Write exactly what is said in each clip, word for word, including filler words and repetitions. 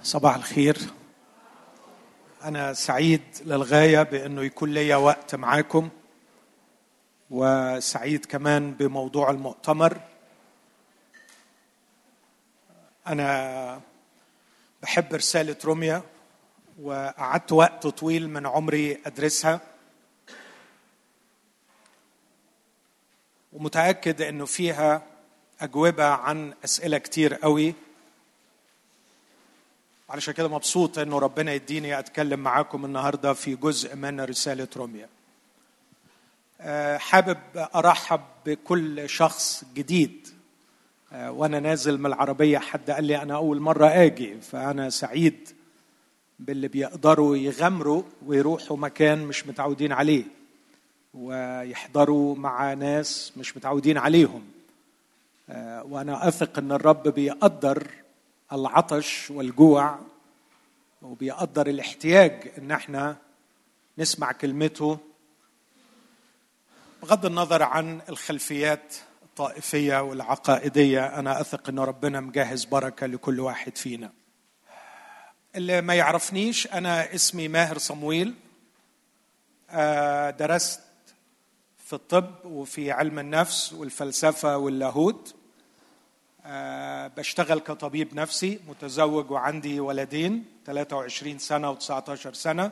صباح الخير. أنا سعيد للغاية بأنه يكون لي وقت معاكم، وسعيد كمان بموضوع المؤتمر. أنا بحب رسالة روميا، وقعدت وقت طويل من عمري أدرسها، ومتأكد أنه فيها أجوبة عن أسئلة كتير قوي. علشان كده مبسوط أنه ربنا يديني أتكلم معاكم النهاردة في جزء من رسالة روميا. حابب أرحب بكل شخص جديد، وأنا نازل من العربية حد قال لي أنا أول مرة آجي، فأنا سعيد باللي بيقدروا يغامروا ويروحوا مكان مش متعودين عليه، ويحضروا مع ناس مش متعودين عليهم. وأنا أثق أن الرب بيقدر العطش والجوع، وبيقدر الاحتياج أن احنا نسمع كلمته بغض النظر عن الخلفيات الطائفية والعقائدية. أنا أثق أن ربنا مجهز بركة لكل واحد فينا. اللي ما يعرفنيش، أنا اسمي ماهر صمويل، درست في الطب وفي علم النفس والفلسفة واللاهوت. بشتغل كطبيب نفسي، متزوج وعندي ولدين ثلاثة وعشرين سنة وتسعة عشر سنة.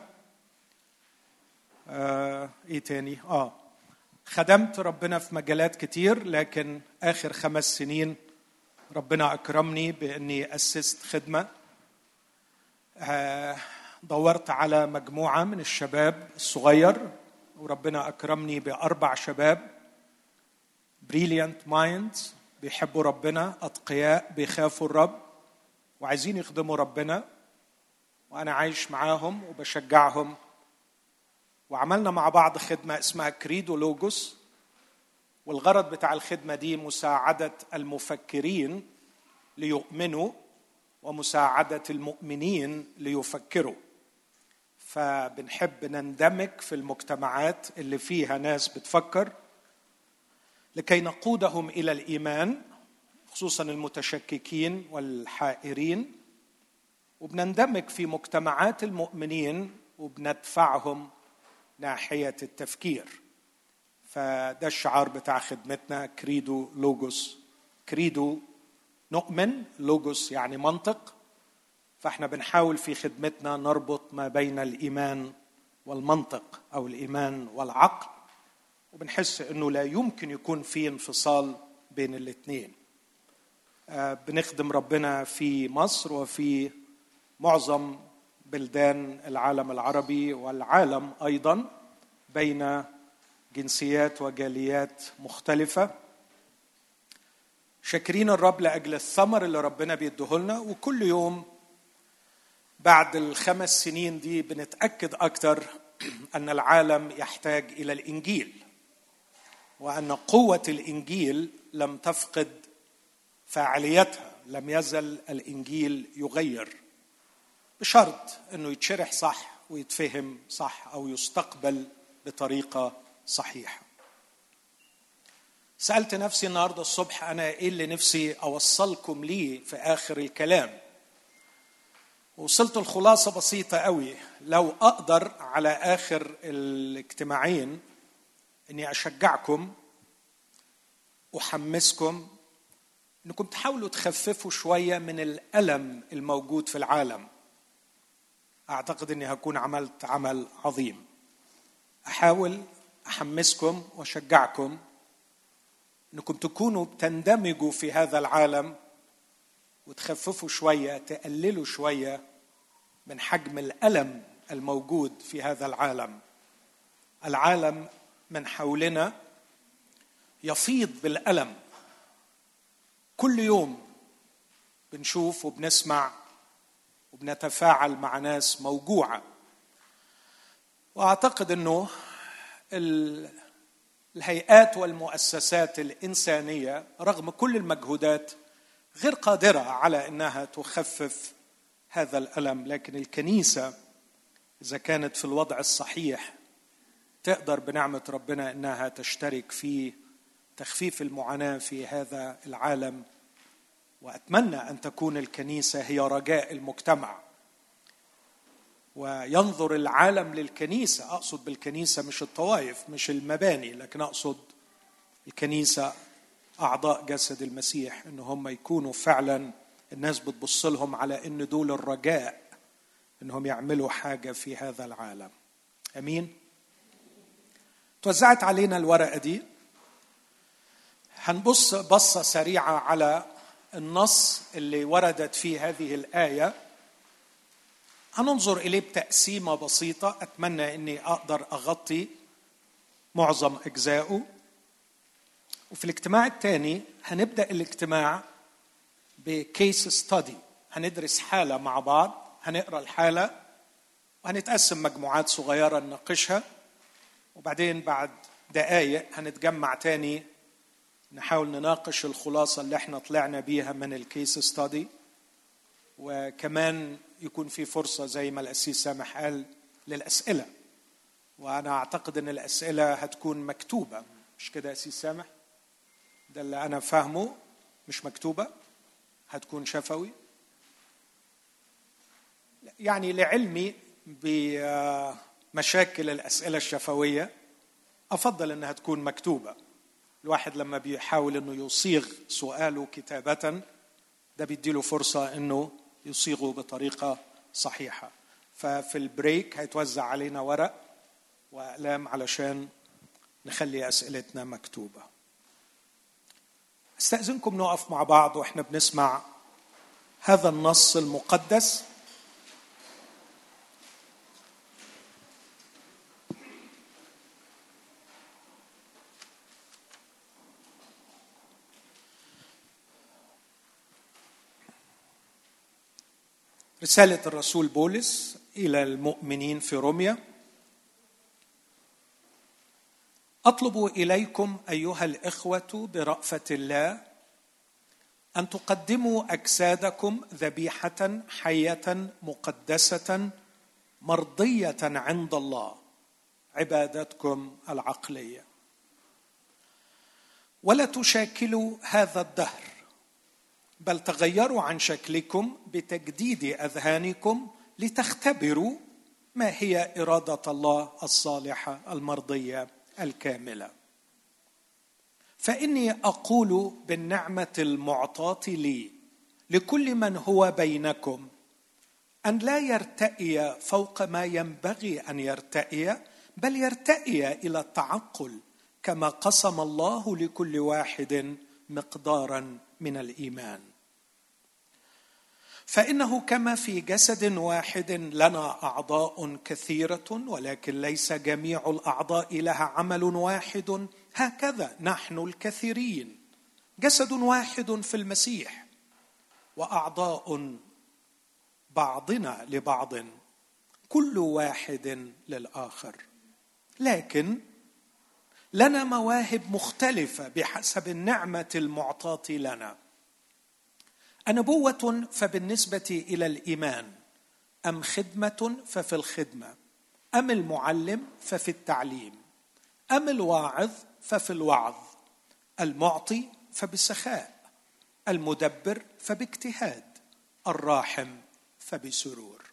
ايه تاني؟ اه خدمت ربنا في مجالات كتير، لكن آخر خمس سنين ربنا أكرمني بأني أسست خدمة. دورت على مجموعة من الشباب الصغير، وربنا أكرمني بأربع شباب brilliant minds بيحبوا ربنا، أتقياء بيخافوا الرب وعايزين يخدموا ربنا، وأنا عايش معاهم وبشجعهم. وعملنا مع بعض خدمة اسمها كريدو لوجوس، والغرض بتاع الخدمة دي مساعدة المفكرين ليؤمنوا ومساعدة المؤمنين ليفكروا. فبنحب نندمج في المجتمعات اللي فيها ناس بتفكر لكي نقودهم إلى الإيمان، خصوصا المتشككين والحائرين، وبنندمج في مجتمعات المؤمنين وبندفعهم ناحية التفكير. فده الشعار بتاع خدمتنا، كريدو لوجوس. كريدو نؤمن، لوجوس يعني منطق، فاحنا بنحاول في خدمتنا نربط ما بين الإيمان والمنطق أو الإيمان والعقل، وبنحس أنه لا يمكن يكون في انفصال بين الاثنين. بنخدم ربنا في مصر وفي معظم بلدان العالم العربي والعالم أيضا، بين جنسيات وجاليات مختلفة. شاكرين الرب لأجل الثمر اللي ربنا بيديهولنا، وكل يوم بعد الخمس سنين دي بنتأكد أكتر أن العالم يحتاج إلى الإنجيل، وأن قوة الإنجيل لم تفقد فاعليتها. لم يزل الإنجيل يغير، بشرط أنه يتشرح صح ويتفهم صح أو يستقبل بطريقة صحيحة. سألت نفسي النهاردة الصبح، أنا إيه اللي نفسي أوصلكم ليه في آخر الكلام؟ وصلت الخلاصة بسيطة قوي. لو أقدر على آخر الاجتماعين أني أشجعكم وحمسكم أنكم تحاولوا تخففوا شوية من الألم الموجود في العالم، أعتقد أني هكون عملت عمل عظيم. أحاول أحمسكم وأشجعكم أنكم تكونوا تندمجوا في هذا العالم وتخففوا شوية، تقللوا شوية من حجم الألم الموجود في هذا العالم. العالم من حولنا يفيض بالألم، كل يوم بنشوف وبنسمع وبنتفاعل مع ناس موجوعة. وأعتقد أنه الهيئات والمؤسسات الإنسانية رغم كل المجهودات غير قادرة على أنها تخفف هذا الألم، لكن الكنيسة إذا كانت في الوضع الصحيح تقدر بنعمة ربنا أنها تشترك في تخفيف المعاناة في هذا العالم وأتمنى أن تكون الكنيسة هي رجاء المجتمع، وينظر العالم للكنيسة. أقصد بالكنيسة مش الطوائف، مش المباني، لكن أقصد الكنيسة أعضاء جسد المسيح، إن هم يكونوا فعلا الناس بتبص لهم على إن دول الرجاء إنهم يعملوا حاجة في هذا العالم. أمين. توزعت علينا الورقة دي، هنبص بصة سريعة على النص اللي وردت فيه هذه الآية. هننظر إليه بتقسيمة بسيطة، أتمنى أني أقدر أغطي معظم أجزائه. وفي الاجتماع الثاني هنبدأ الاجتماع بكيس ستادي، هندرس حالة مع بعض، هنقرأ الحالة وهنتقسم مجموعات صغيرة نناقشها، وبعدين بعد دقايق هنتجمع تاني نحاول نناقش الخلاصة اللي احنا طلعنا بيها من الكيس ستادي، وكمان يكون في فرصة زي ما الأسيس سامح قال للأسئلة. وأنا أعتقد أن الأسئلة هتكون مكتوبة، مش كده يا أسيس سامح؟ ده اللي أنا فاهمه، مش مكتوبة، هتكون شفوي. يعني لعلمي بمشاكل الأسئلة الشفوية أفضل أنها تكون مكتوبة. الواحد لما بيحاول أنه يصيغ سؤاله كتابة ده بيديله فرصة أنه يصيغه بطريقة صحيحة. ففي البريك هيتوزع علينا ورق وأقلام علشان نخلي أسئلتنا مكتوبة. استأذنكم نقف مع بعض وإحنا بنسمع هذا النص المقدس. رسالة الرسول بولس إلى المؤمنين في روميا. أطلب إليكم أيها الإخوة برأفة الله أن تقدموا أجسادكم ذبيحة حية مقدسة مرضية عند الله، عبادتكم العقلية. ولا تشاكلوا هذا الدهر، بل تغيروا عن شكلكم بتجديد أذهانكم لتختبروا ما هي إرادة الله الصالحة المرضية الكاملة. فإني أقول بالنعمة المعطاة لي لكل من هو بينكم أن لا يرتئي فوق ما ينبغي أن يرتئي، بل يرتئي إلى التعقل كما قسم الله لكل واحد مقدارا من الإيمان. فإنه كما في جسد واحد لنا أعضاء كثيرة ولكن ليس جميع الأعضاء لها عمل واحد، هكذا نحن الكثيرين جسد واحد في المسيح، وأعضاء بعضنا لبعض، كل واحد للآخر. لكن لنا مواهب مختلفة بحسب النعمة المعطاة لنا. أنبوة فبالنسبة إلى الإيمان، أم خدمة ففي الخدمة، أم المعلم ففي التعليم، أم الواعظ ففي الوعظ، المعطي فبسخاء، المدبر فباجتهاد، الراحم فبسرور.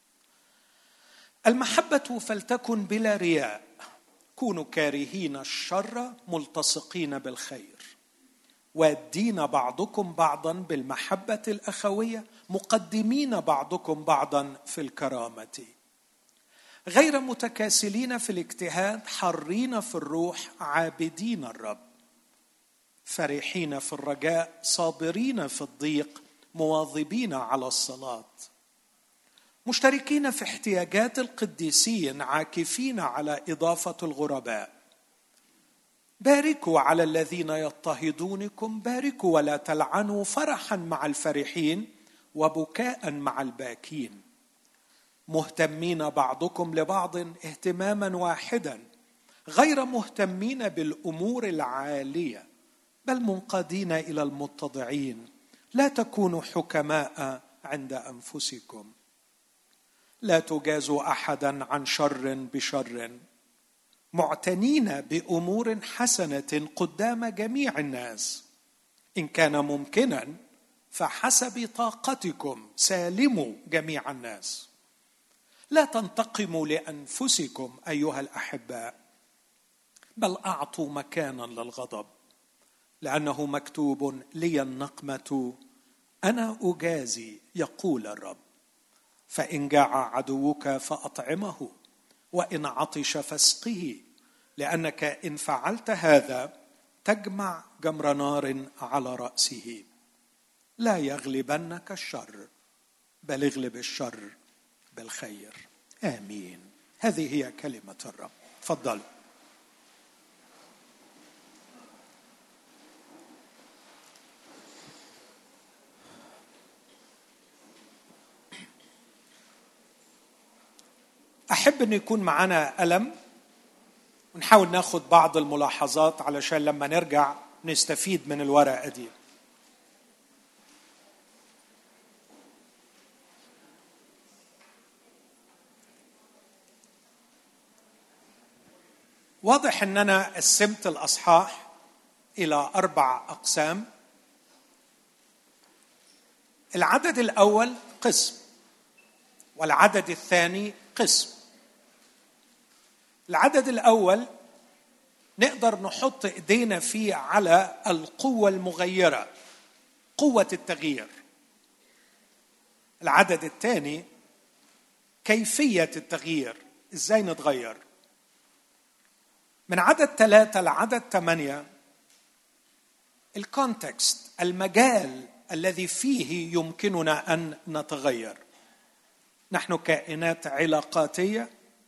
المحبة فلتكن بلا رياء، كونوا كارهين الشر ملتصقين بالخير، وادين بعضكم بعضا بالمحبة الأخوية، مقدمين بعضكم بعضا في الكرامة، غير متكاسلين في الاجتهاد، حرين في الروح، عابدين الرب، فرحين في الرجاء، صابرين في الضيق، مواظبين على الصلاة، مشتركين في احتياجات القديسين، عاكفين على إضافة الغرباء. باركوا على الذين يضطهدونكم، باركوا ولا تلعنوا، فرحا مع الفرحين وبكاء مع الباكين، مهتمين بعضكم لبعض اهتماما واحدا، غير مهتمين بالأمور العالية، بل منقادين إلى المتضعين. لا تكونوا حكماء عند أنفسكم، لا تجازوا أحدا عن شر بشر، معتنين بأمور حسنة قدام جميع الناس. إن كان ممكنا فحسب طاقتكم سالموا جميع الناس. لا تنتقموا لأنفسكم أيها الأحباء، بل أعطوا مكانا للغضب، لأنه مكتوب: لي النقمة أنا أجازي يقول الرب. فإن جاع عدوك فأطعمه، وإن عطش فاسقه، لأنك إن فعلت هذا تجمع جمر نار على رأسه. لا يغلبنك الشر، بل اغلب الشر بالخير. آمين. هذه هي كلمة الرب. تفضل. أحب أن يكون معنا قلم ونحاول ناخد بعض الملاحظات علشان لما نرجع نستفيد من الورقة دي. واضح أن أنا قسمت الأصحاح إلى أربع أقسام. العدد الأول قسم، والعدد الثاني قسم. العدد الأول نقدر نحط إيدينا فيه على القوة المغيرة، قوة التغيير. العدد الثاني كيفية التغيير، إزاي نتغير. من عدد ثلاثة لعدد ثمانية الكونتكست، المجال الذي فيه يمكننا أن نتغير. نحن كائنات علاقاتية،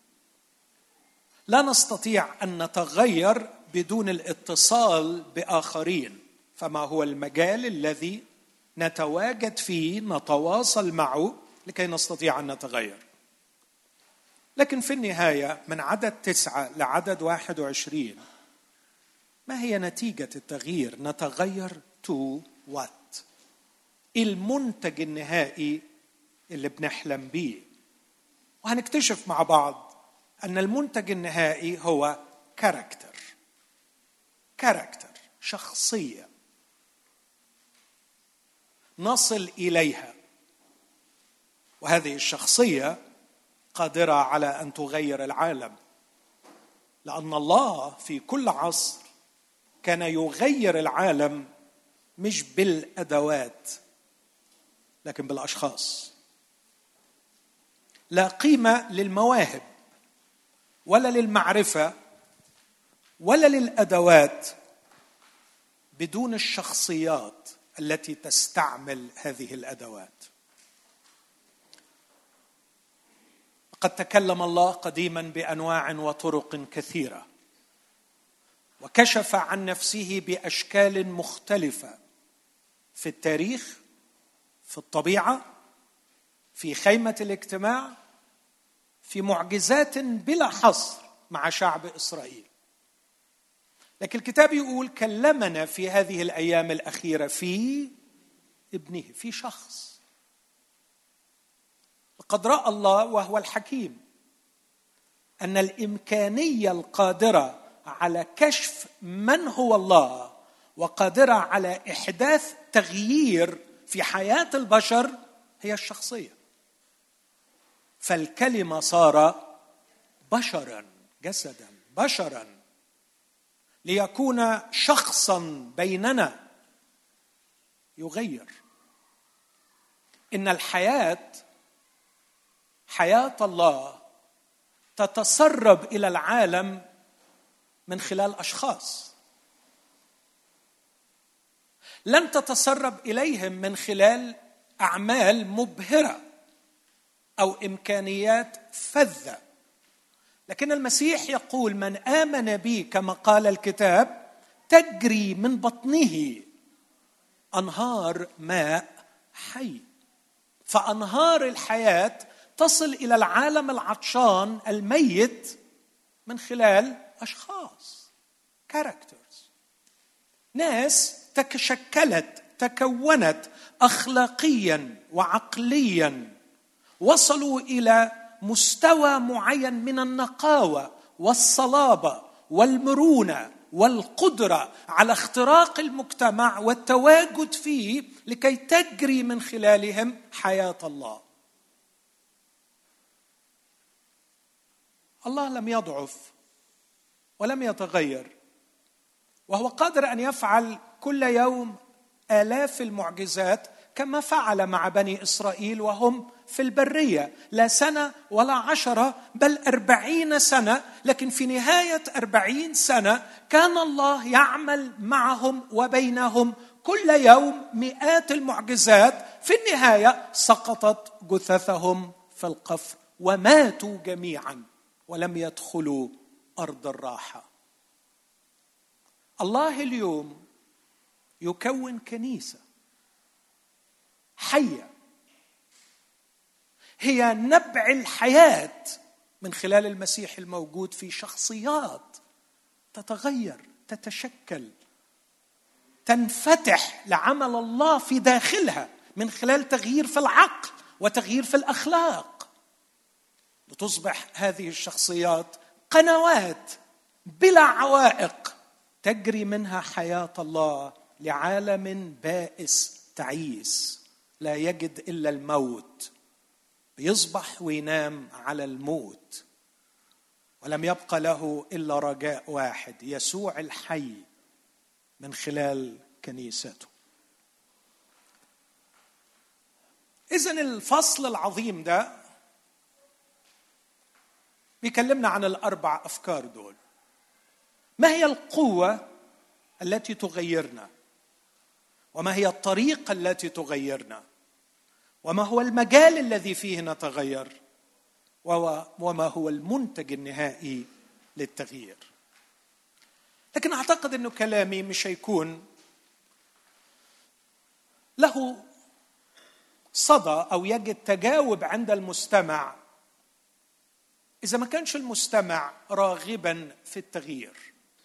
لا نستطيع أن نتغير بدون الاتصال بآخرين. فما هو المجال الذي نتواجد فيه، نتواصل معه لكي نستطيع أن نتغير؟ لكن في النهاية من عدد تسعة لعدد واحد وعشرين، ما هي نتيجة التغيير؟ نتغير to what؟ المنتج النهائي اللي بنحلم بيه. وهنكتشف مع بعض أن المنتج النهائي هو كاركتر. كاركتر، شخصية نصل إليها، وهذه الشخصية قادرة على أن تغير العالم، لأن الله في كل عصر كان يغير العالم مش بالأدوات لكن بالأشخاص. لا قيمة للمواهب ولا للمعرفة ولا للأدوات بدون الشخصيات التي تستعمل هذه الأدوات. قد تكلم الله قديما بأنواع وطرق كثيرة، وكشف عن نفسه بأشكال مختلفة في التاريخ، في الطبيعة، في خيمة الاجتماع، في معجزات بلا حصر مع شعب إسرائيل. لكن الكتاب يقول كلمنا في هذه الأيام الأخيرة في ابنه، في شخص. قد رأى الله وهو الحكيم أن الإمكانية القادرة على كشف من هو الله وقادرة على إحداث تغيير في حياة البشر هي الشخصية. فالكلمة صار بشرا، جسدا، بشرا، ليكون شخصا بيننا يغير. إن الحياة، حياة الله، تتسرب إلى العالم من خلال أشخاص. لن تتسرب إليهم من خلال أعمال مبهرة أو إمكانيات فذة. لكن المسيح يقول من آمن بي كما قال الكتاب تجري من بطنه أنهار ماء حي. فأنهار الحياة تصل إلى العالم العطشان الميت من خلال أشخاص، كاركترز، ناس تشكلت، تكونت أخلاقيا وعقليا، وصلوا إلى مستوى معين من النقاوة والصلابة والمرونة والقدرة على اختراق المجتمع والتواجد فيه لكي تجري من خلالهم حياة الله. الله لم يضعف ولم يتغير، وهو قادر أن يفعل كل يوم آلاف المعجزات كما فعل مع بني إسرائيل وهم في البرية، لا سنة ولا عشرة بل أربعين سنة. لكن في نهاية أربعين سنة كان الله يعمل معهم وبينهم كل يوم مئات المعجزات. في النهاية سقطت جثثهم في القفر وماتوا جميعا ولم يدخلوا أرض الراحة. الله اليوم يكون كنيسة حية هي نبع الحياة من خلال المسيح الموجود في شخصيات تتغير، تتشكل، تنفتح لعمل الله في داخلها من خلال تغيير في العقل وتغيير في الأخلاق، لتصبح هذه الشخصيات قنوات بلا عوائق تجري منها حياة الله لعالم بائس تعيس لا يجد إلا الموت، بيصبح وينام على الموت، ولم يبقى له إلا رجاء واحد، يسوع الحي من خلال كنيسته. إذن الفصل العظيم ده بيكلمنا عن الأربع أفكار دول. ما هي القوة التي تغيرنا؟ وما هي الطريقة التي تغيرنا؟ وما هو المجال الذي فيه نتغير؟ وما هو المنتج النهائي للتغيير؟ لكن أعتقد أنه كلامي مش هيكون له صدى أو يجد تجاوب عند المستمع إذا ما كانش المستمع راغبا في التغيير.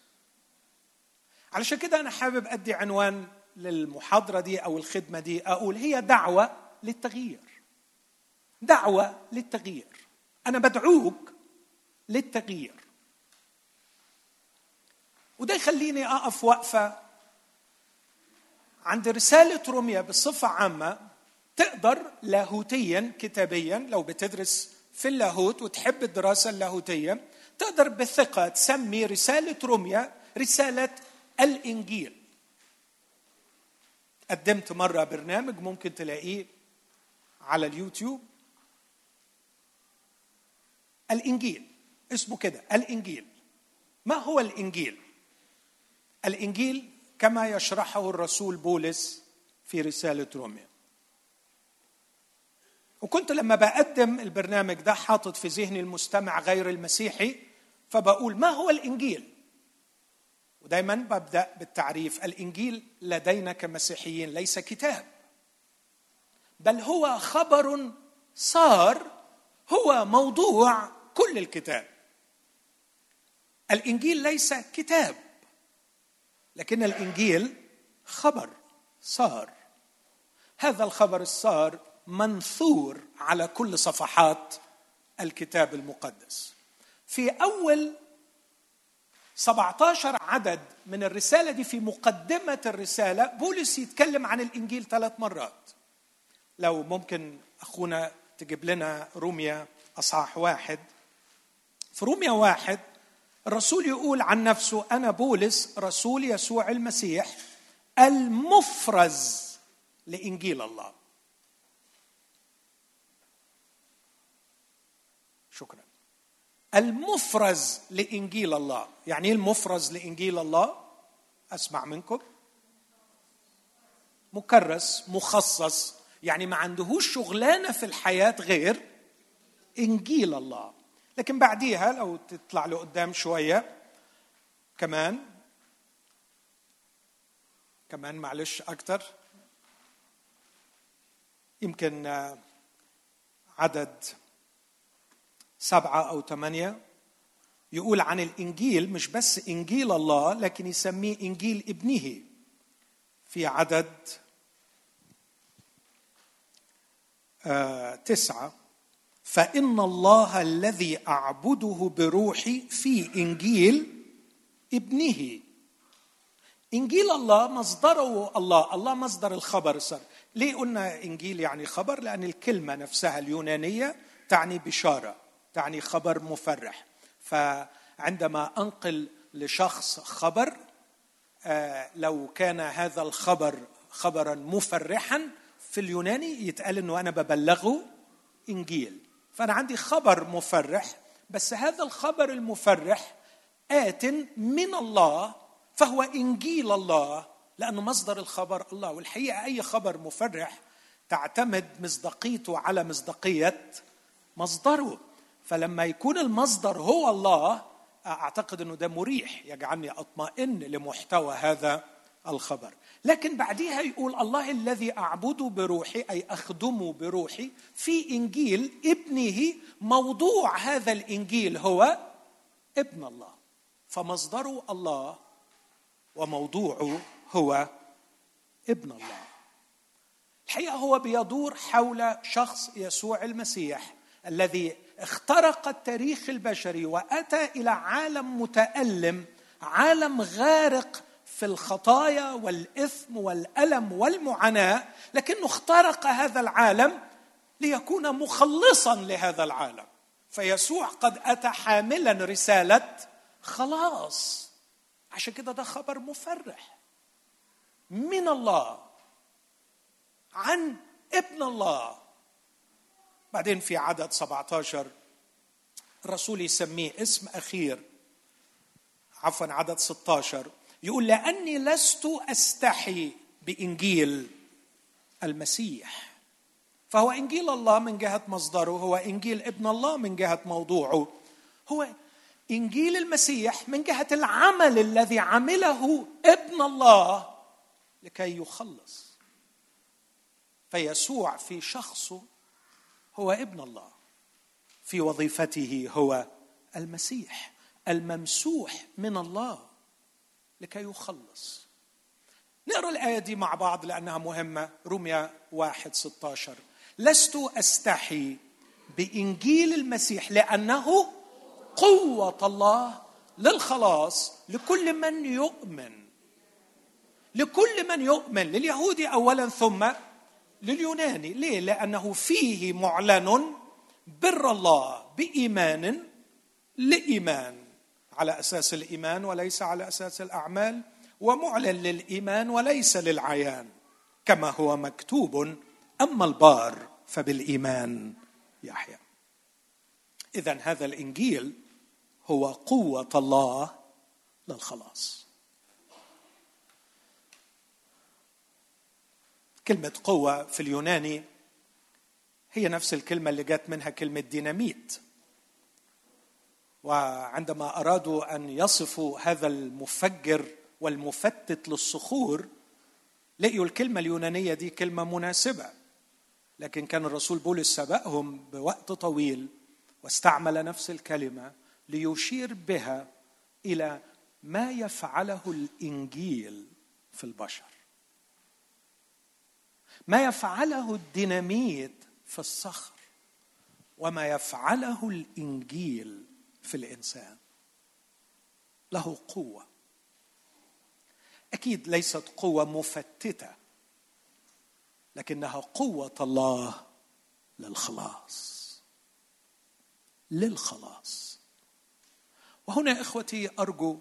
علشان كده أنا حابب أدي عنوان للمحاضرة دي أو الخدمة دي، أقول هي دعوة للتغيير. دعوة للتغيير، أنا بدعوك للتغيير. وده يخليني أقف وقفة عند رسالة روميا بصفة عامة. تقدر لاهوتيا كتابيا لو بتدرس في اللاهوت وتحب الدراسة اللاهوتية، تقدر بثقة تسمي رسالة روميا رسالة الإنجيل. قدمت مرة برنامج ممكن تلاقيه على اليوتيوب، الإنجيل اسمه كده، الإنجيل. ما هو الإنجيل؟ الإنجيل كما يشرحه الرسول بولس في رسالة روميا. وكنت لما بقدم البرنامج ده حاطط في ذهني المستمع غير المسيحي، فبقول ما هو الإنجيل؟ ودايما ببدأ بالتعريف. الإنجيل لدينا كمسيحيين ليس كتاب، بل هو خبر صار هو موضوع كل الكتاب. الإنجيل ليس كتاب، لكن الإنجيل خبر صار. هذا الخبر الصار منثور على كل صفحات الكتاب المقدس. في أول سبعة عشر عدد من الرسالة دي، في مقدمة الرسالة، بولس يتكلم عن الإنجيل ثلاث مرات. لو ممكن أخونا تجيب لنا روميا أصحاح واحد. في روميا واحد الرسول يقول عن نفسه: أنا بولس رسول يسوع المسيح المفرز لإنجيل الله. شكرا. المفرز لإنجيل الله. يعني المفرز لإنجيل الله؟ أسمع منكم. مكرس، مخصص، يعني ما عندهوش شغلانة في الحياة غير إنجيل الله. لكن بعديها لو تطلع له قدام شوية كمان كمان معلش أكتر، يمكن عدد سبعة أو ثمانية، يقول عن الإنجيل مش بس إنجيل الله، لكن يسميه إنجيل ابنه. في عدد آه تسعة: فإن الله الذي أعبده بروحي في إنجيل ابنه إنجيل الله مصدره الله، الله مصدر الخبر السر. ليه قلنا إنجيل يعني خبر؟ لأن الكلمة نفسها اليونانية تعني بشارة، تعني خبر مفرح. فعندما أنقل لشخص خبر، آه لو كان هذا الخبر خبرا مفرحا في اليوناني يتقال إنه أنا ببلغه إنجيل. فأنا عندي خبر مفرح، بس هذا الخبر المفرح آت من الله، فهو إنجيل الله، لأنه مصدر الخبر الله. والحقيقة أي خبر مفرح تعتمد مصداقيته على مصداقية مصدره. فلما يكون المصدر هو الله، أعتقد أنه ده مريح، يجعلني أطمئن لمحتوى هذا الخبر. لكن بعديها يقول الله الذي أعبده بروحي، أي أخدمه بروحي في إنجيل ابنه. موضوع هذا الإنجيل هو ابن الله، فمصدره الله وموضوعه هو ابن الله. الحقيقة هو بيدور حول شخص يسوع المسيح الذي اخترق التاريخ البشري وأتى إلى عالم متألم، عالم غارق في الخطايا والإثم والألم والمعاناة، لكنه اخترق هذا العالم ليكون مخلصا لهذا العالم. فيسوع قد أتى حاملا رسالة خلاص. عشان كده ده خبر مفرح من الله عن ابن الله. بعدين في عدد سبعة عشر الرسول يسميه اسم أخير، عفوا عدد ستة عشر يقول لأني لست أستحي بإنجيل المسيح. فهو إنجيل الله من جهة مصدره، هو إنجيل ابن الله من جهة موضوعه، هو إنجيل المسيح من جهة العمل الذي عمله ابن الله لكي يخلص. فيسوع في شخصه هو ابن الله، في وظيفته هو المسيح الممسوح من الله لكي يخلص. نقرأ الآية دي مع بعض لأنها مهمة. روميا واحد ستة عشر لست أستحي بإنجيل المسيح لأنه قوة الله للخلاص لكل من يؤمن. لكل من يؤمن، لليهودي أولا ثم لليوناني. ليه؟ لأنه فيه معلن بر الله بإيمان لإيمان، على أساس الإيمان وليس على أساس الأعمال، ومعلن للإيمان وليس للعيان، كما هو مكتوب أما البار فبالإيمان يحيى. إذن هذا الإنجيل هو قوة الله للخلاص. كلمة قوة في اليوناني هي نفس الكلمة اللي جات منها كلمة ديناميت. وعندما أرادوا أن يصفوا هذا المفجر والمفتت للصخور لقيوا الكلمة اليونانية دي كلمة مناسبة، لكن كان الرسول بولس سبقهم بوقت طويل واستعمل نفس الكلمة ليشير بها إلى ما يفعله الإنجيل في البشر، ما يفعله الديناميت في الصخر، وما يفعله الإنجيل في الإنسان. له قوة، أكيد ليست قوة مفتتة، لكنها قوة الله للخلاص، للخلاص. وهنا إخوتي أرجو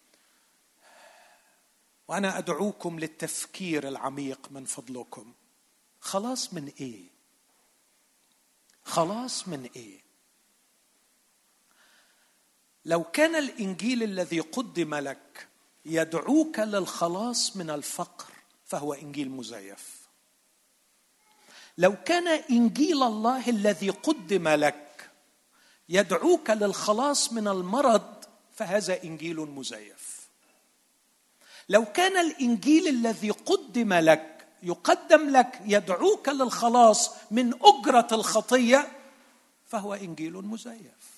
وأنا أدعوكم للتفكير العميق من فضلكم. خلاص من إيه؟ خلاص من إيه؟ لو كان الإنجيل الذي قدم لك يدعوك للخلاص من الفقر فهو إنجيل مزيف. لو كان إنجيل الله الذي قدم لك يدعوك للخلاص من المرض فهذا إنجيل مزيف. لو كان الإنجيل الذي قدم لك يقدم لك يدعوك للخلاص من أجرة الخطية فهو إنجيل مزيف.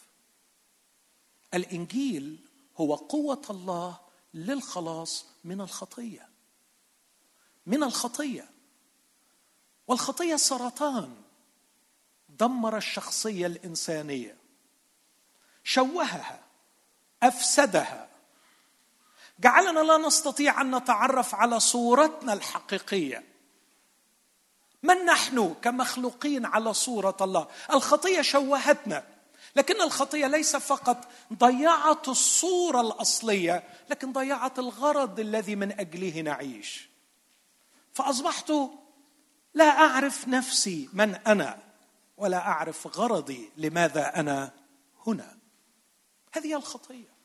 الإنجيل هو قوة الله للخلاص من الخطية، من الخطية. والخطية سرطان دمر الشخصية الإنسانية، شوهها، أفسدها. جعلنا لا نستطيع أن نتعرف على صورتنا الحقيقية. من نحن كمخلوقين على صورة الله؟ الخطية شوهتنا، لكن الخطية ليس فقط ضيعت الصورة الأصلية، لكن ضيعت الغرض الذي من أجله نعيش. فأصبحت لا أعرف نفسي من أنا، ولا أعرف غرضي لماذا أنا هنا. هذه الخطية.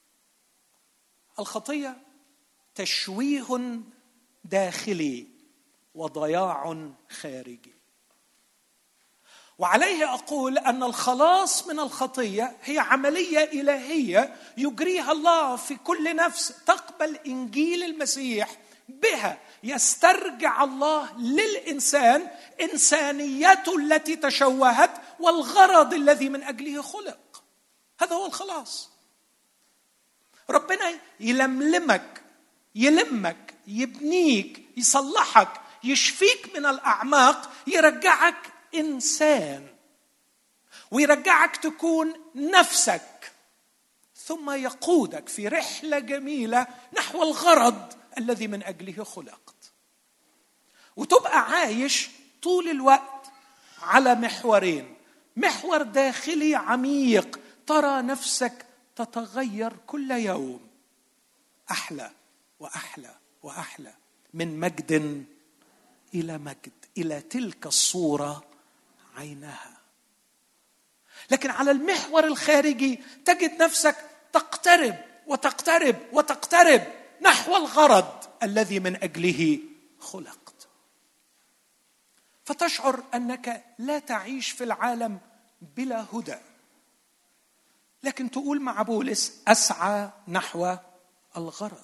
الخطية تشويه داخلي وضياع خارجي. وعليه أقول أن الخلاص من الخطية هي عملية إلهية يجريها الله في كل نفس تقبل إنجيل المسيح. بها يسترجع الله للإنسان إنسانيته التي تشوهت والغرض الذي من أجله خلق. هذا هو الخلاص. ربنا يلملمك، يلمك، يبنيك، يصلحك، يشفيك من الأعماق، يرجعك إنسان، ويرجعك تكون نفسك، ثم يقودك في رحلة جميلة نحو الغرض الذي من أجله خلقت. وتبقى عايش طول الوقت على محورين: محور داخلي عميق ترى نفسك تتغير كل يوم أحلى وأحلى وأحلى، من مجد إلى مجد، إلى تلك الصورة عينها. لكن على المحور الخارجي تجد نفسك تقترب وتقترب وتقترب نحو الغرض الذي من أجله خلقت، فتشعر أنك لا تعيش في العالم بلا هدى. لكن تقول مع بولس: أسعى نحو الغرض.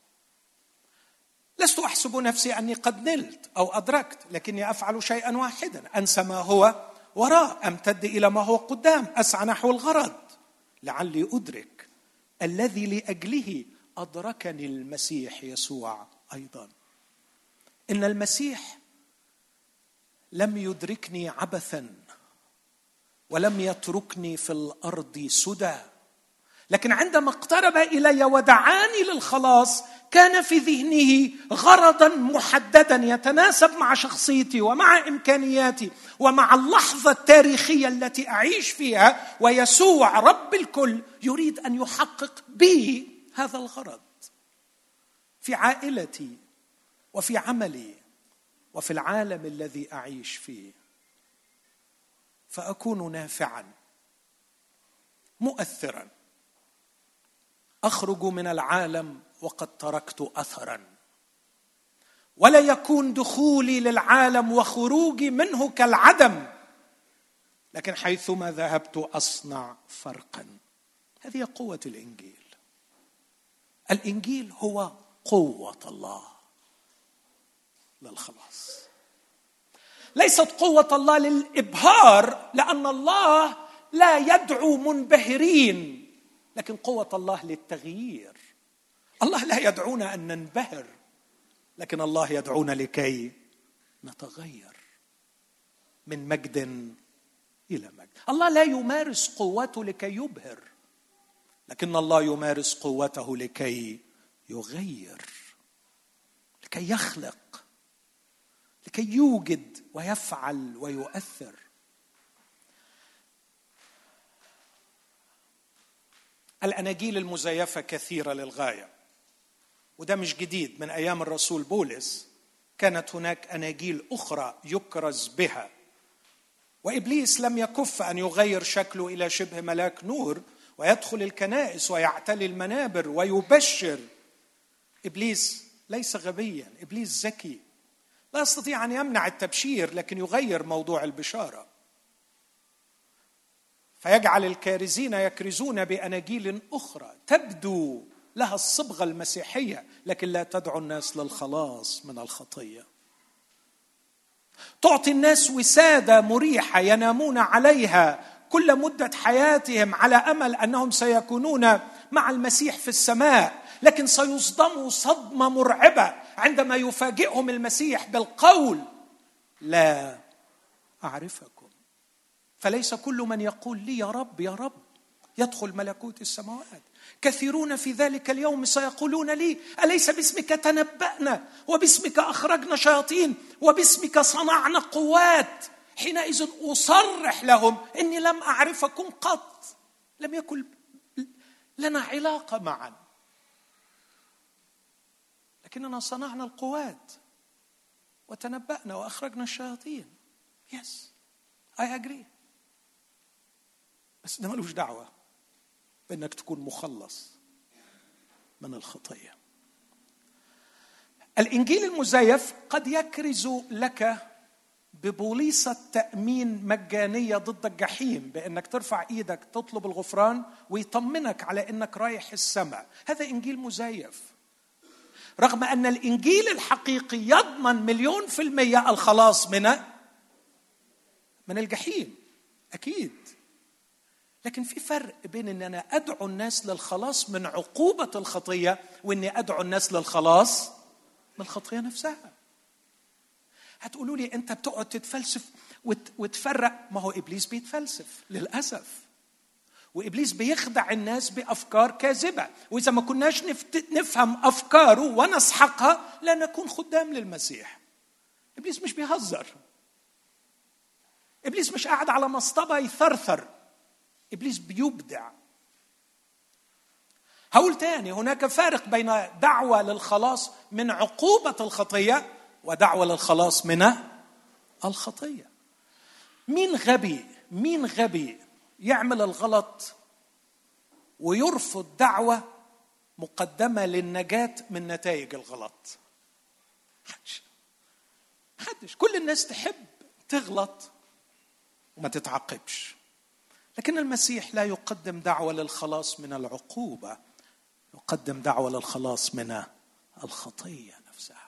لست أحسب نفسي أني قد نلت أو أدركت، لكني أفعل شيئا واحدا، أنسى ما هو وراء، أمتد إلى ما هو قدام، أسعى نحو الغرض لعلي أدرك الذي لأجله أدركني المسيح يسوع أيضا. إن المسيح لم يدركني عبثا، ولم يتركني في الأرض سدى، لكن عندما اقترب إلي ودعاني للخلاص كان في ذهنه غرضا محددا يتناسب مع شخصيتي ومع إمكانياتي ومع اللحظة التاريخية التي أعيش فيها، ويسوع رب الكل يريد أن يحقق بي هذا الغرض في عائلتي وفي عملي وفي العالم الذي أعيش فيه، فأكون نافعا مؤثرا، أخرج من العالم وقد تركت أثرا، ولا يكون دخولي للعالم وخروجي منه كالعدم، لكن حيثما ذهبت أصنع فرقا. هذه قوة الإنجيل. الإنجيل هو قوة الله للخلاص، ليست قوة الله للإبهار، لأن الله لا يدعو منبهرين، لكن قوة الله للتغيير. الله لا يدعونا أن ننبهر، لكن الله يدعونا لكي نتغير من مجد إلى مجد. الله لا يمارس قوته لكي يبهر، لكن الله يمارس قوته لكي يغير، لكي يخلق، لكي يوجد ويفعل ويؤثر. الأناجيل المزيفة كثيرة للغاية، وده مش جديد. من أيام الرسول بولس كانت هناك أناجيل أخرى يكرز بها، وإبليس لم يكف أن يغير شكله إلى شبه ملاك نور ويدخل الكنائس ويعتلي المنابر ويبشر. إبليس ليس غبيا، إبليس ذكي، لا يستطيع أن يمنع التبشير، لكن يغير موضوع البشارة، فيجعل الكارزين يكرزون بأناجيل أخرى تبدو لها الصبغة المسيحية، لكن لا تدعو الناس للخلاص من الخطية. تعطي الناس وسادة مريحة ينامون عليها كل مدة حياتهم على أمل أنهم سيكونون مع المسيح في السماء، لكن سيصدموا صدمة مرعبة عندما يفاجئهم المسيح بالقول: لا أعرفكم. فليس كل من يقول لي يا رب يا رب يدخل ملكوت السماوات. كثيرون في ذلك اليوم سيقولون لي أليس باسمك تنبأنا وباسمك أخرجنا شياطين وباسمك صنعنا قوات؟ حينئذ أصرح لهم إني لم أعرفكم قط، لم يكن لنا علاقة معا، لكننا صنعنا القوات وتنبأنا وأخرجنا الشياطين. Yes, I agree. بس ده ملوش دعوة بأنك تكون مخلص من الخطية. الإنجيل المزيف قد يكرز لك ببوليصة تأمين مجانية ضد الجحيم، بأنك ترفع إيدك تطلب الغفران ويطمنك على أنك رايح السماء. هذا إنجيل مزيف، رغم أن الإنجيل الحقيقي يضمن مليون في المية الخلاص من من الجحيم أكيد. لكن في فرق بين أن أنا أدعو الناس للخلاص من عقوبة الخطية وأني أدعو الناس للخلاص من الخطية نفسها. هتقولوا لي أنت بتقعد تتفلسف وتفرق. ما هو إبليس بيتفلسف للأسف، وإبليس بيخدع الناس بأفكار كاذبة، وإذا ما كناش نفهم أفكاره ونسحقها لا نكون خدام للمسيح. إبليس مش بيهزر، إبليس مش قاعد على مصطبة يثرثر، إبليس بيبدع. هقول تاني، هناك فارق بين دعوة للخلاص من عقوبة الخطية ودعوة للخلاص من الخطية. مين غبي مين غبي يعمل الغلط ويرفض دعوة مقدمة للنجاة من نتائج الغلط؟ محدش محدش كل الناس تحب تغلط وما تتعاقبش، لكن المسيح لا يقدم دعوة للخلاص من العقوبة، يقدم دعوة للخلاص من الخطية نفسها.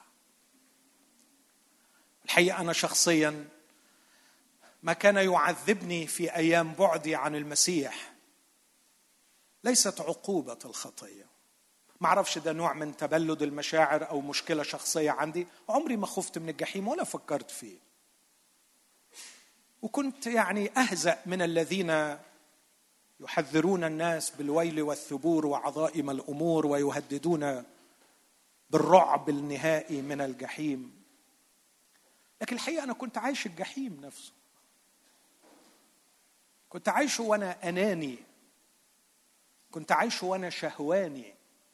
الحقيقة أنا شخصياً ما كان يعذبني في أيام بعدي عن المسيح ليست عقوبة الخطية. ما أعرفش ده نوع من تبلد المشاعر أو مشكلة شخصية عندي. عمري ما خفت من الجحيم ولا فكرت فيه، وكنت يعني أهزأ من الذين يحذرون الناس بالويل والثبور وعظائم الأمور ويهددون بالرعب النهائي من الجحيم. لكن الحقيقة أنا كنت عايش الجحيم نفسه، كنت عايشه وأنا أناني، كنت عايشه وأنا شهواني،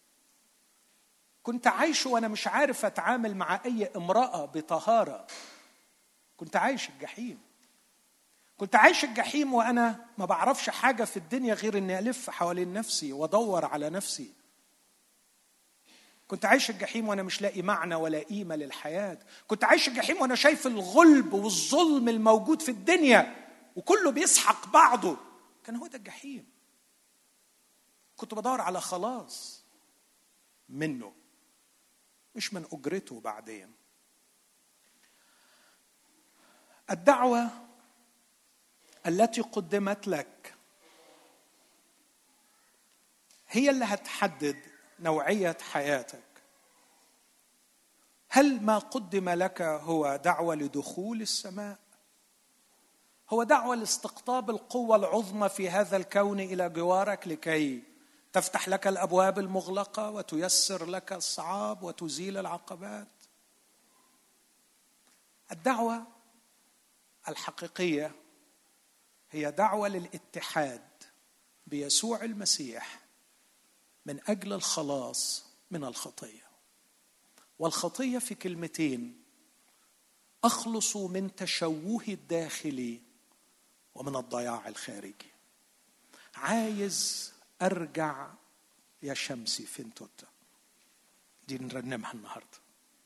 كنت عايشه وأنا مش عارف أتعامل مع أي امرأة بطهارة. كنت عايش الجحيم، كنت عايش الجحيم وأنا ما بعرفش حاجة في الدنيا غير أني ألف حوالين نفسي وأدور على نفسي. كنت عايش الجحيم وأنا مش لاقي معنى ولا قيمة للحياة. كنت عايش الجحيم وأنا شايف الغلب والظلم الموجود في الدنيا وكله بيسحق بعضه. كان هو ده الجحيم. كنت بدور على خلاص منه مش من أجرته بعدين. الدعوة التي قدمت لك هي اللي هتحدد نوعية حياتك. هل ما قدم لك هو دعوة لدخول السماء؟ هو دعوة لاستقطاب القوة العظمى في هذا الكون إلى جوارك لكي تفتح لك الأبواب المغلقة وتيسر لك الصعاب وتزيل العقبات؟ الدعوة الحقيقية هي دعوة للاتحاد بيسوع المسيح من أجل الخلاص من الخطية. والخطية في كلمتين: أخلص من تشوه الداخلي ومن الضياع الخارجي. عايز أرجع يا شمسي فين توتا، دي نرنمها النهاردة.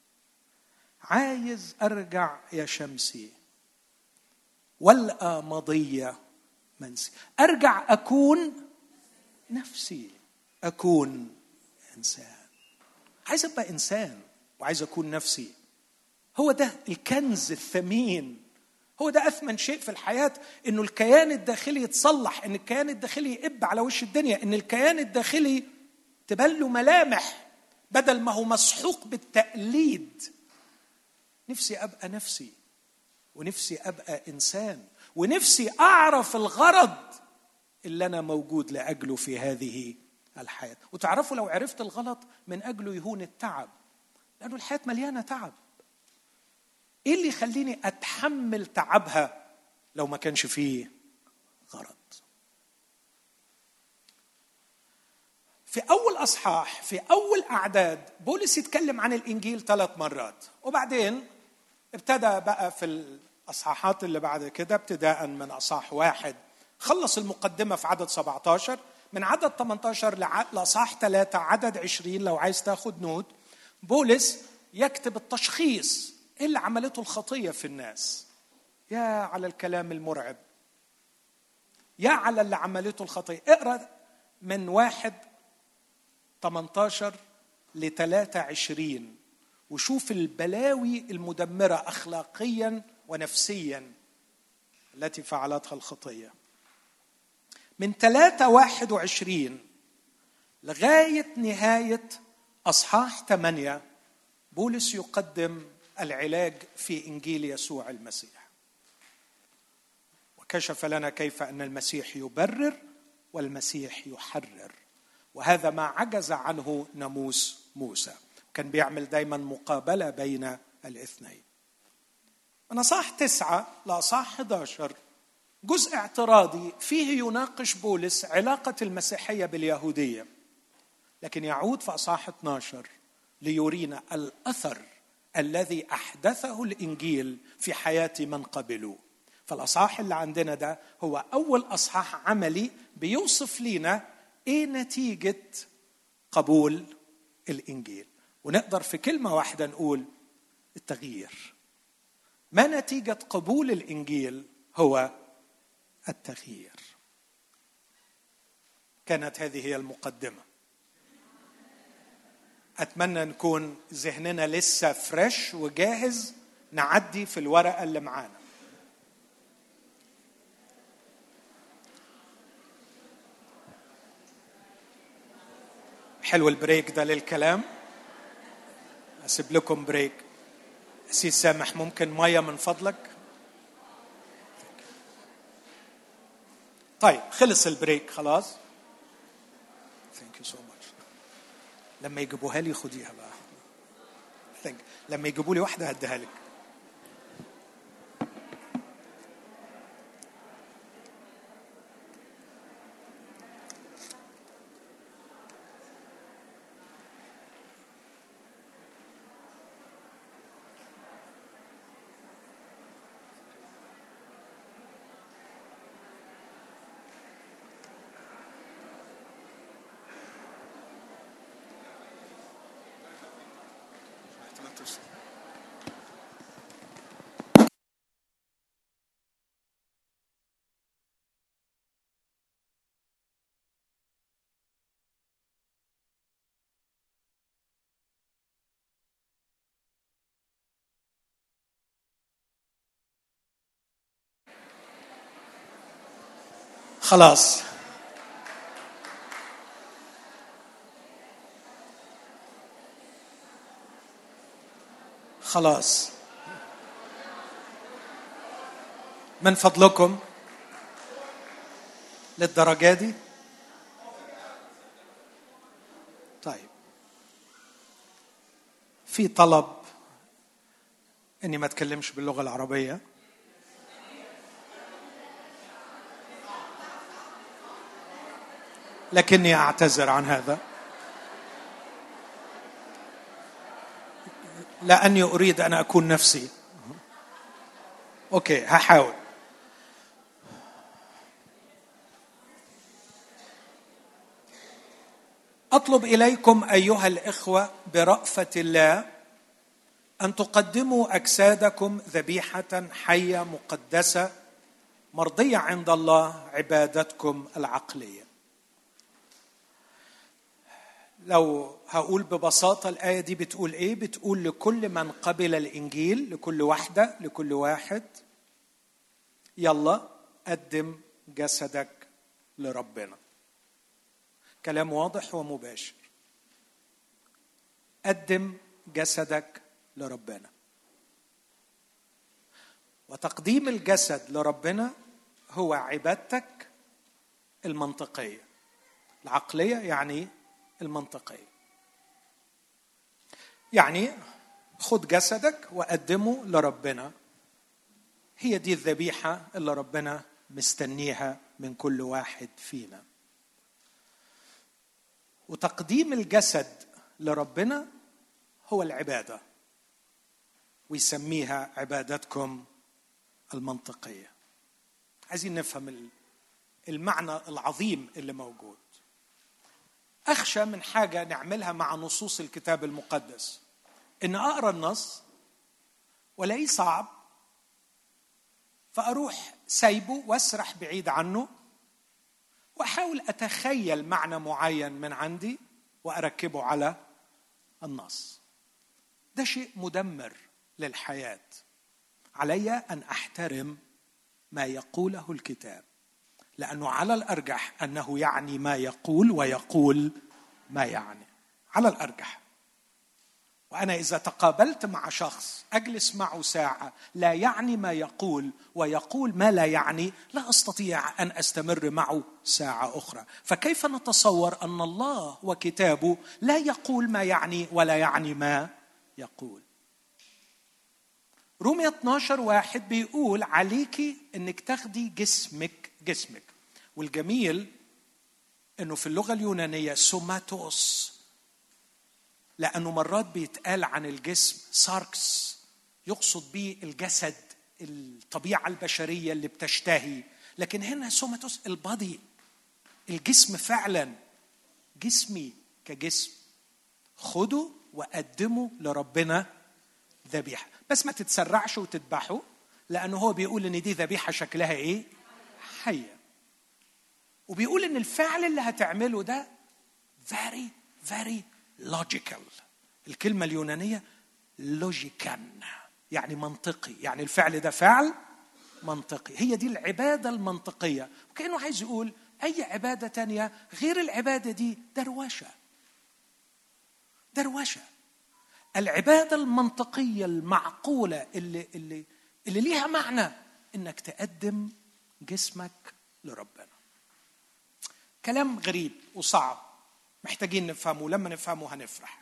عايز أرجع يا شمسي والقى مضية منسي. أرجع أكون نفسي، أكون إنسان. عايز أبقى إنسان وعايز أكون نفسي. هو ده الكنز الثمين، هو ده أثمن شيء في الحياة، إنه الكيان الداخلي يتصلح، إن الكيان الداخلي يقب على وش الدنيا، إن الكيان الداخلي تبله ملامح بدل ما هو مسحوق بالتقليد. نفسي أبقى نفسي، ونفسي أبقى إنسان، ونفسي أعرف الغرض اللي أنا موجود لأجله في هذه الحياة. وتعرفوا لو عرفت الغلط من أجله يهون التعب، لأنه الحياة مليانة تعب. إيه اللي يخليني أتحمل تعبها لو ما كانش فيه غرض؟ في أول أصحاح، في أول أعداد، بولس يتكلم عن الإنجيل ثلاث مرات، وبعدين ابتدى بقى في الأصحاحات اللي بعد كده ابتداء من أصحاح واحد خلص المقدمة في عدد سبعة عشر، من عدد ثمانية عشر لأصحاح ثلاثة عدد عشرين لو عايز تاخد نوت، بولس يكتب التشخيص إيه اللي عملته الخطية في الناس. يا على الكلام المرعب، يا على اللي عملته الخطية. اقرأ من واحد ثمانية عشر لثلاثة عشرين وشوف البلاوي المدمرة أخلاقيا ونفسيا التي فعلتها الخطية. من ثلاثة واحد وعشرين لغاية نهاية أصحاح ثمانية بولس يقدم العلاج في إنجيل يسوع المسيح، وكشف لنا كيف أن المسيح يبرر والمسيح يحرر، وهذا ما عجز عنه ناموس موسى. كان بيعمل دايما مقابلة بين الاثنين. من أصحاح تسعة لأصحاح أحد عشر جزء اعتراضي فيه يناقش بولس علاقة المسيحية باليهودية، لكن يعود في أصحاح اثنا عشر ليرينا الأثر الذي أحدثه الإنجيل في حياة من قبلوه. فالأصحاح اللي عندنا ده هو أول أصحاح عملي بيوصف لنا إيه نتيجة قبول الإنجيل، ونقدر في كلمة واحدة نقول التغيير. ما نتيجة قبول الإنجيل؟ هو التغيير. كانت هذه هي المقدمة. أتمنى نكون ذهننا لسه فريش وجاهز نعدي في الورقة اللي معانا. حلو البريك ده للكلام. أسيب لكم بريك. أسيس سامح ممكن مية من فضلك؟ طيب خلص البريك خلاص. Thank you so much. لما يجيبوها لي خديها بقى. Thank you. لما يجيبوا لي واحدة هديها لك. خلاص خلاص من فضلكم للدرجة دي. طيب في طلب اني ما اتكلمش باللغة العربية، لكني اعتذر عن هذا لاني اريد ان اكون نفسي. اوكي هحاول. أطلب إليكم أيها الإخوة برأفة الله أن تقدموا أجسادكم ذبيحة حية مقدسة مرضية عند الله، عبادتكم العقلية. لو هقول ببساطة الآية دي بتقول إيه؟ بتقول لكل من قبل الإنجيل، لكل واحدة، لكل واحد، يلا قدم جسدك لربنا. كلام واضح ومباشر. قدم جسدك لربنا. وتقديم الجسد لربنا هو عبادتك المنطقية. العقلية يعني المنطقية، يعني خد جسدك وقدمه لربنا. هي دي الذبيحة اللي ربنا مستنيها من كل واحد فينا. وتقديم الجسد لربنا هو العبادة، ويسميها عبادتكم المنطقية. عايزين نفهم المعنى العظيم اللي موجود. أخشى من حاجة نعملها مع نصوص الكتاب المقدس، إن أقرأ النص ولاقيه صعب فأروح سايبه واسرح بعيد عنه وأحاول أتخيل معنى معين من عندي وأركبه على النص. ده شيء مدمر للحياة. علي أن أحترم ما يقوله الكتاب، لأنه على الأرجح أنه يعني ما يقول ويقول ما يعني، على الأرجح. وأنا إذا تقابلت مع شخص أجلس معه ساعة لا يعني ما يقول ويقول ما لا يعني، لا أستطيع أن أستمر معه ساعة أخرى. فكيف نتصور أن الله وكتابه لا يقول ما يعني ولا يعني ما يقول؟ رومية اثناشر واحد بيقول عليكي أنك تاخدي جسمك جسمك. والجميل أنه في اللغة اليونانية سوماتوس، لأنه مرات بيتقال عن الجسم ساركس، يقصد به الجسد، الطبيعة البشرية اللي بتشتهي، لكن هنا سوماتوس البادي، الجسم فعلا، جسمي كجسم. خده وقدمه لربنا ذبيحة، بس ما تتسرعش وتذبحه، لأنه هو بيقول إن دي ذبيحة شكلها إيه؟ حية. وبيقول إن الفعل اللي هتعمله ده very very logical. الكلمة اليونانية لوجيكان، يعني منطقي، يعني الفعل ده فعل منطقي. هي دي العبادة المنطقية. وكأنه عايز يقول أي عبادة تانية غير العبادة دي دروشة دروشة. العبادة المنطقية المعقولة اللي, اللي, اللي ليها معنى إنك تقدم جسمك لربنا. كلام غريب وصعب، محتاجين نفهمه. لما نفهمه هنفرح.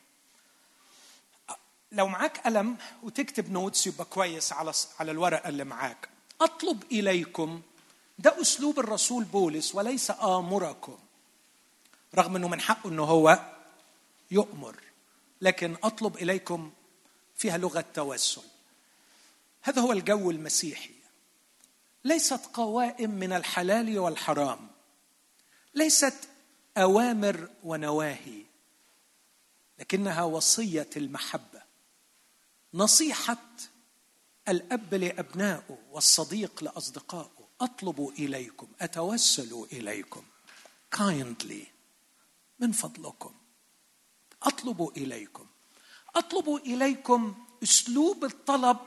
لو معاك قلم وتكتب نوتس يبقى كويس على على الورقة اللي معاك. أطلب إليكم، ده أسلوب الرسول بولس، وليس آمركم، رغم أنه من حقه أنه هو يؤمر، لكن أطلب إليكم فيها لغة توسل. هذا هو الجو المسيحي. ليست قوائم من الحلال والحرام، ليست أوامر ونواهي، لكنها وصية المحبة، نصيحة الأب لأبنائه والصديق لأصدقائه. أطلب إليكم، أتوسل إليكم kindly، من فضلكم أطلب إليكم. أطلب إليكم أسلوب الطلب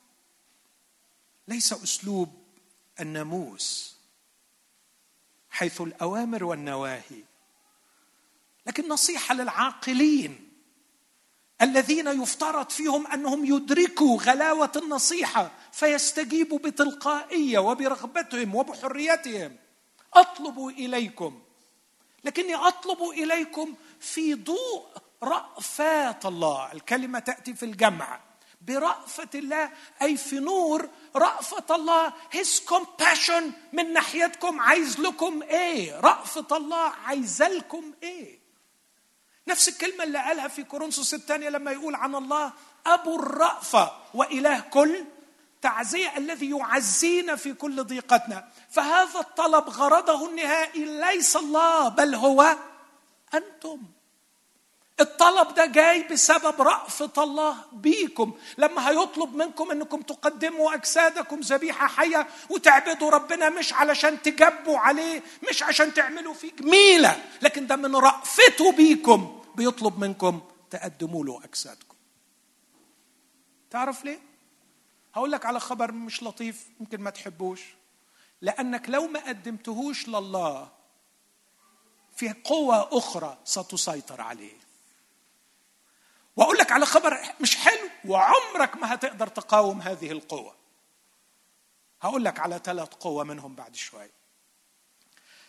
ليس أسلوب الناموس حيث الأوامر والنواهي، لكن نصيحة للعاقلين الذين يفترض فيهم أنهم يدركوا غلاوة النصيحة فيستجيبوا بتلقائية وبرغبتهم وبحريتهم. أطلب إليكم، لكني أطلب إليكم في ضوء رأفات الله. الكلمة تأتي في الجمع، برأفة الله، أي في نور رأفة الله. His compassion من ناحيتكم عايز لكم إيه؟ رأفة الله عايز لكم إيه؟ نفس الكلمة اللي قالها في كورنثوس الثانية لما يقول عن الله أبو الرأفة وإله كل تعزية، الذي يعزينا في كل ضيقتنا. فهذا الطلب غرضه النهائي ليس الله بل هو أنتم. الطلب ده جاي بسبب رأفة الله بيكم، لما هيطلب منكم أنكم تقدموا أجسادكم ذبيحة حية وتعبدوا ربنا، مش علشان تجبوا عليه، مش عشان تعملوا فيه جميلة، لكن ده من رأفته بيكم بيطلب منكم تقدموا له أجسادكم. تعرف ليه؟ هقول لك على خبر مش لطيف ممكن ما تحبوش، لأنك لو ما قدمتهوش لله في قوة أخرى ستسيطر عليه. وأقول لك على خبر مش حلو وعمرك ما هتقدر تقاوم هذه القوة. هقول لك على ثلاث قوة منهم بعد شوي.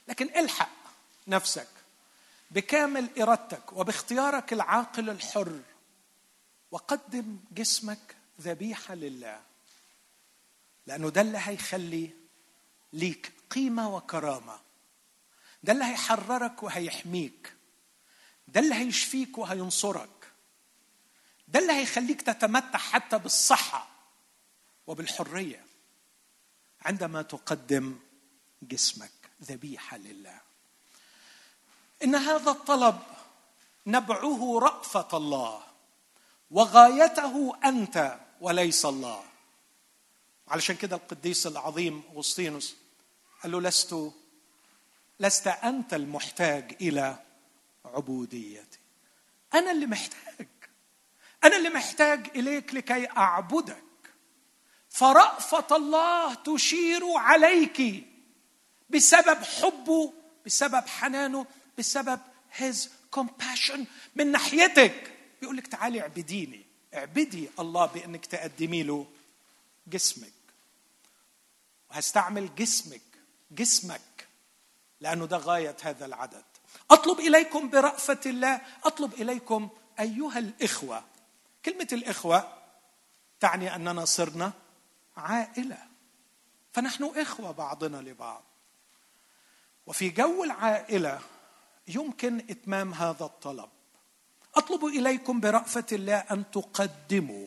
لكن الحق نفسك بكامل إرادتك وباختيارك العاقل الحر، وقدم جسمك ذبيحة لله، لأنه ده اللي هيخلي ليك قيمة وكرامة، ده اللي هيحررك وهيحميك، ده اللي هيشفيك وهينصرك، ده اللي هيخليك تتمتع حتى بالصحة وبالحرية عندما تقدم جسمك ذبيحة لله. إن هذا الطلب نبعه رأفة الله وغايته أنت وليس الله. علشان كده القديس العظيم أغسطينوس قال له لست لست أنت المحتاج إلى عبوديتي، أنا اللي محتاج، أنا اللي محتاج إليك لكي أعبدك. فرأفة الله تشير عليك بسبب حبه، بسبب حنانه، بسبب his compassion من ناحيتك. بيقول لك تعالي اعبديني، اعبدي الله بأنك تقدمي له جسمك، وهستعمل جسمك جسمك لأنه ده غاية هذا العدد. أطلب إليكم برأفة الله، أطلب إليكم أيها الإخوة. كلمة الإخوة تعني أننا صرنا عائلة، فنحن إخوة بعضنا لبعض. وفي جو العائلة يمكن إتمام هذا الطلب. أطلب إليكم برأفة الله أن تقدموا.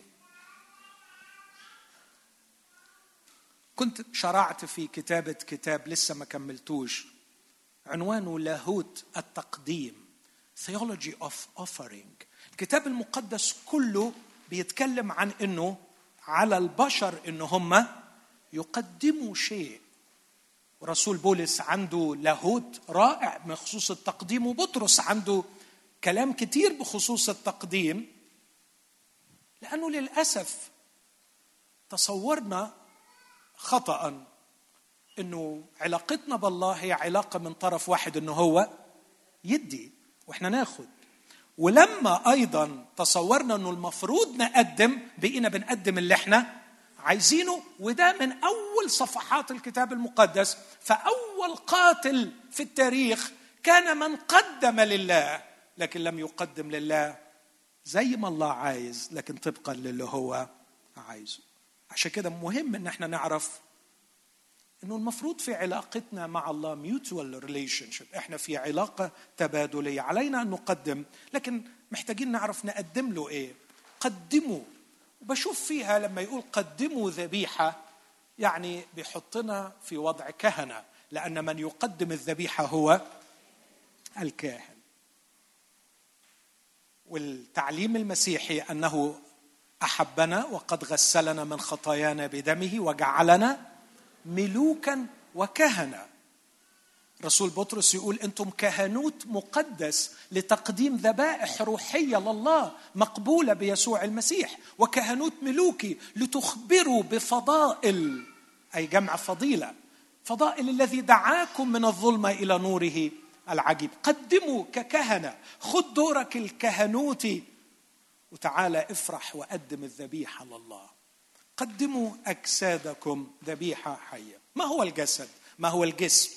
كنت شرعت في كتابة كتاب لسه ما كملتوش، عنوانه لاهوت التقديم، Theology of Offering. الكتاب المقدس كله بيتكلم عن إنه على البشر إنه هم يقدموا شيء. ورسول بولس عنده لاهوت رائع بخصوص التقديم، وبطرس عنده كلام كتير بخصوص التقديم، لأنه للأسف تصورنا خطأ إنه علاقتنا بالله هي علاقة من طرف واحد، إنه هو يدي وإحنا ناخد. ولما أيضا تصورنا إنه المفروض نقدم، بقينا بنقدم اللي إحنا عايزينه. وده من أول صفحات الكتاب المقدس. فأول قاتل في التاريخ كان من قدم لله، لكن لم يقدم لله زي ما الله عايز، لكن طبقا للي هو عايزه. عشان كده مهم إن احنا نعرف إنه المفروض في علاقتنا مع الله mutual relationship، إحنا في علاقة تبادلية، علينا أن نقدم، لكن محتاجين نعرف نقدم له إيه. قدموا. وبشوف فيها لما يقول قدموا ذبيحة، يعني بيحطنا في وضع كهنة، لأن من يقدم الذبيحة هو الكاهن. والتعليم المسيحي أنه أحبنا وقد غسلنا من خطايانا بدمه وجعلنا ملوكا وكهنة. رسول بطرس يقول أنتم كهنوت مقدس لتقديم ذبائح روحية لله مقبولة بيسوع المسيح، وكهنوت ملوكي لتخبروا بفضائل، أي جمع فضيلة، فضائل الذي دعاكم من الظلمة إلى نوره العجيب. قدموا ككهنة، خد دورك الكهنوتي وتعالى افرح وقدم الذبيحة لله. قدموا أجسادكم ذبيحة حية. ما هو الجسد؟ ما هو الجسم؟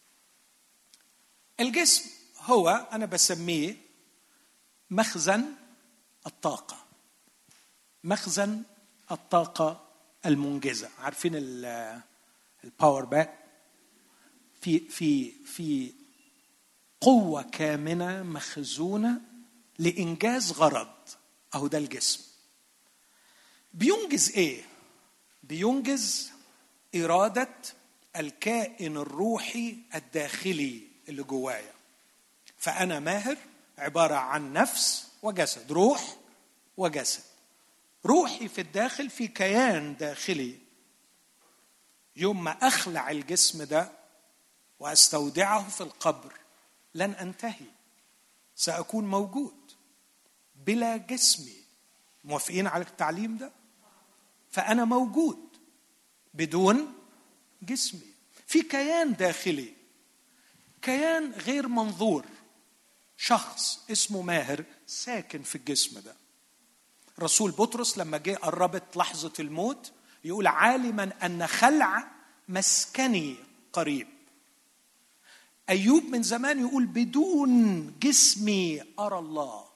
الجسم هو أنا بسميه مخزن الطاقة، مخزن الطاقة المنجزة. عارفين الباور باك؟ في في في قوة كامنة مخزونة لإنجاز غرض. أهو ده الجسم. بينجز إيه؟ بينجز إرادة الكائن الروحي الداخلي اللي جوايا. فأنا ماهر عبارة عن نفس وجسد، روح وجسد. روحي في الداخل في كيان داخلي. يوم ما أخلع الجسم ده وأستودعه في القبر لن أنتهي، سأكون موجود بلا جسمي. موافقين على التعليم ده؟ فأنا موجود بدون جسمي في كيان داخلي، كيان غير منظور. شخص اسمه ماهر ساكن في الجسم ده. رسول بطرس لما جاء قربت لحظة الموت يقول عالما أن خلع مسكني قريب. أيوب من زمان يقول بدون جسمي أرى الله.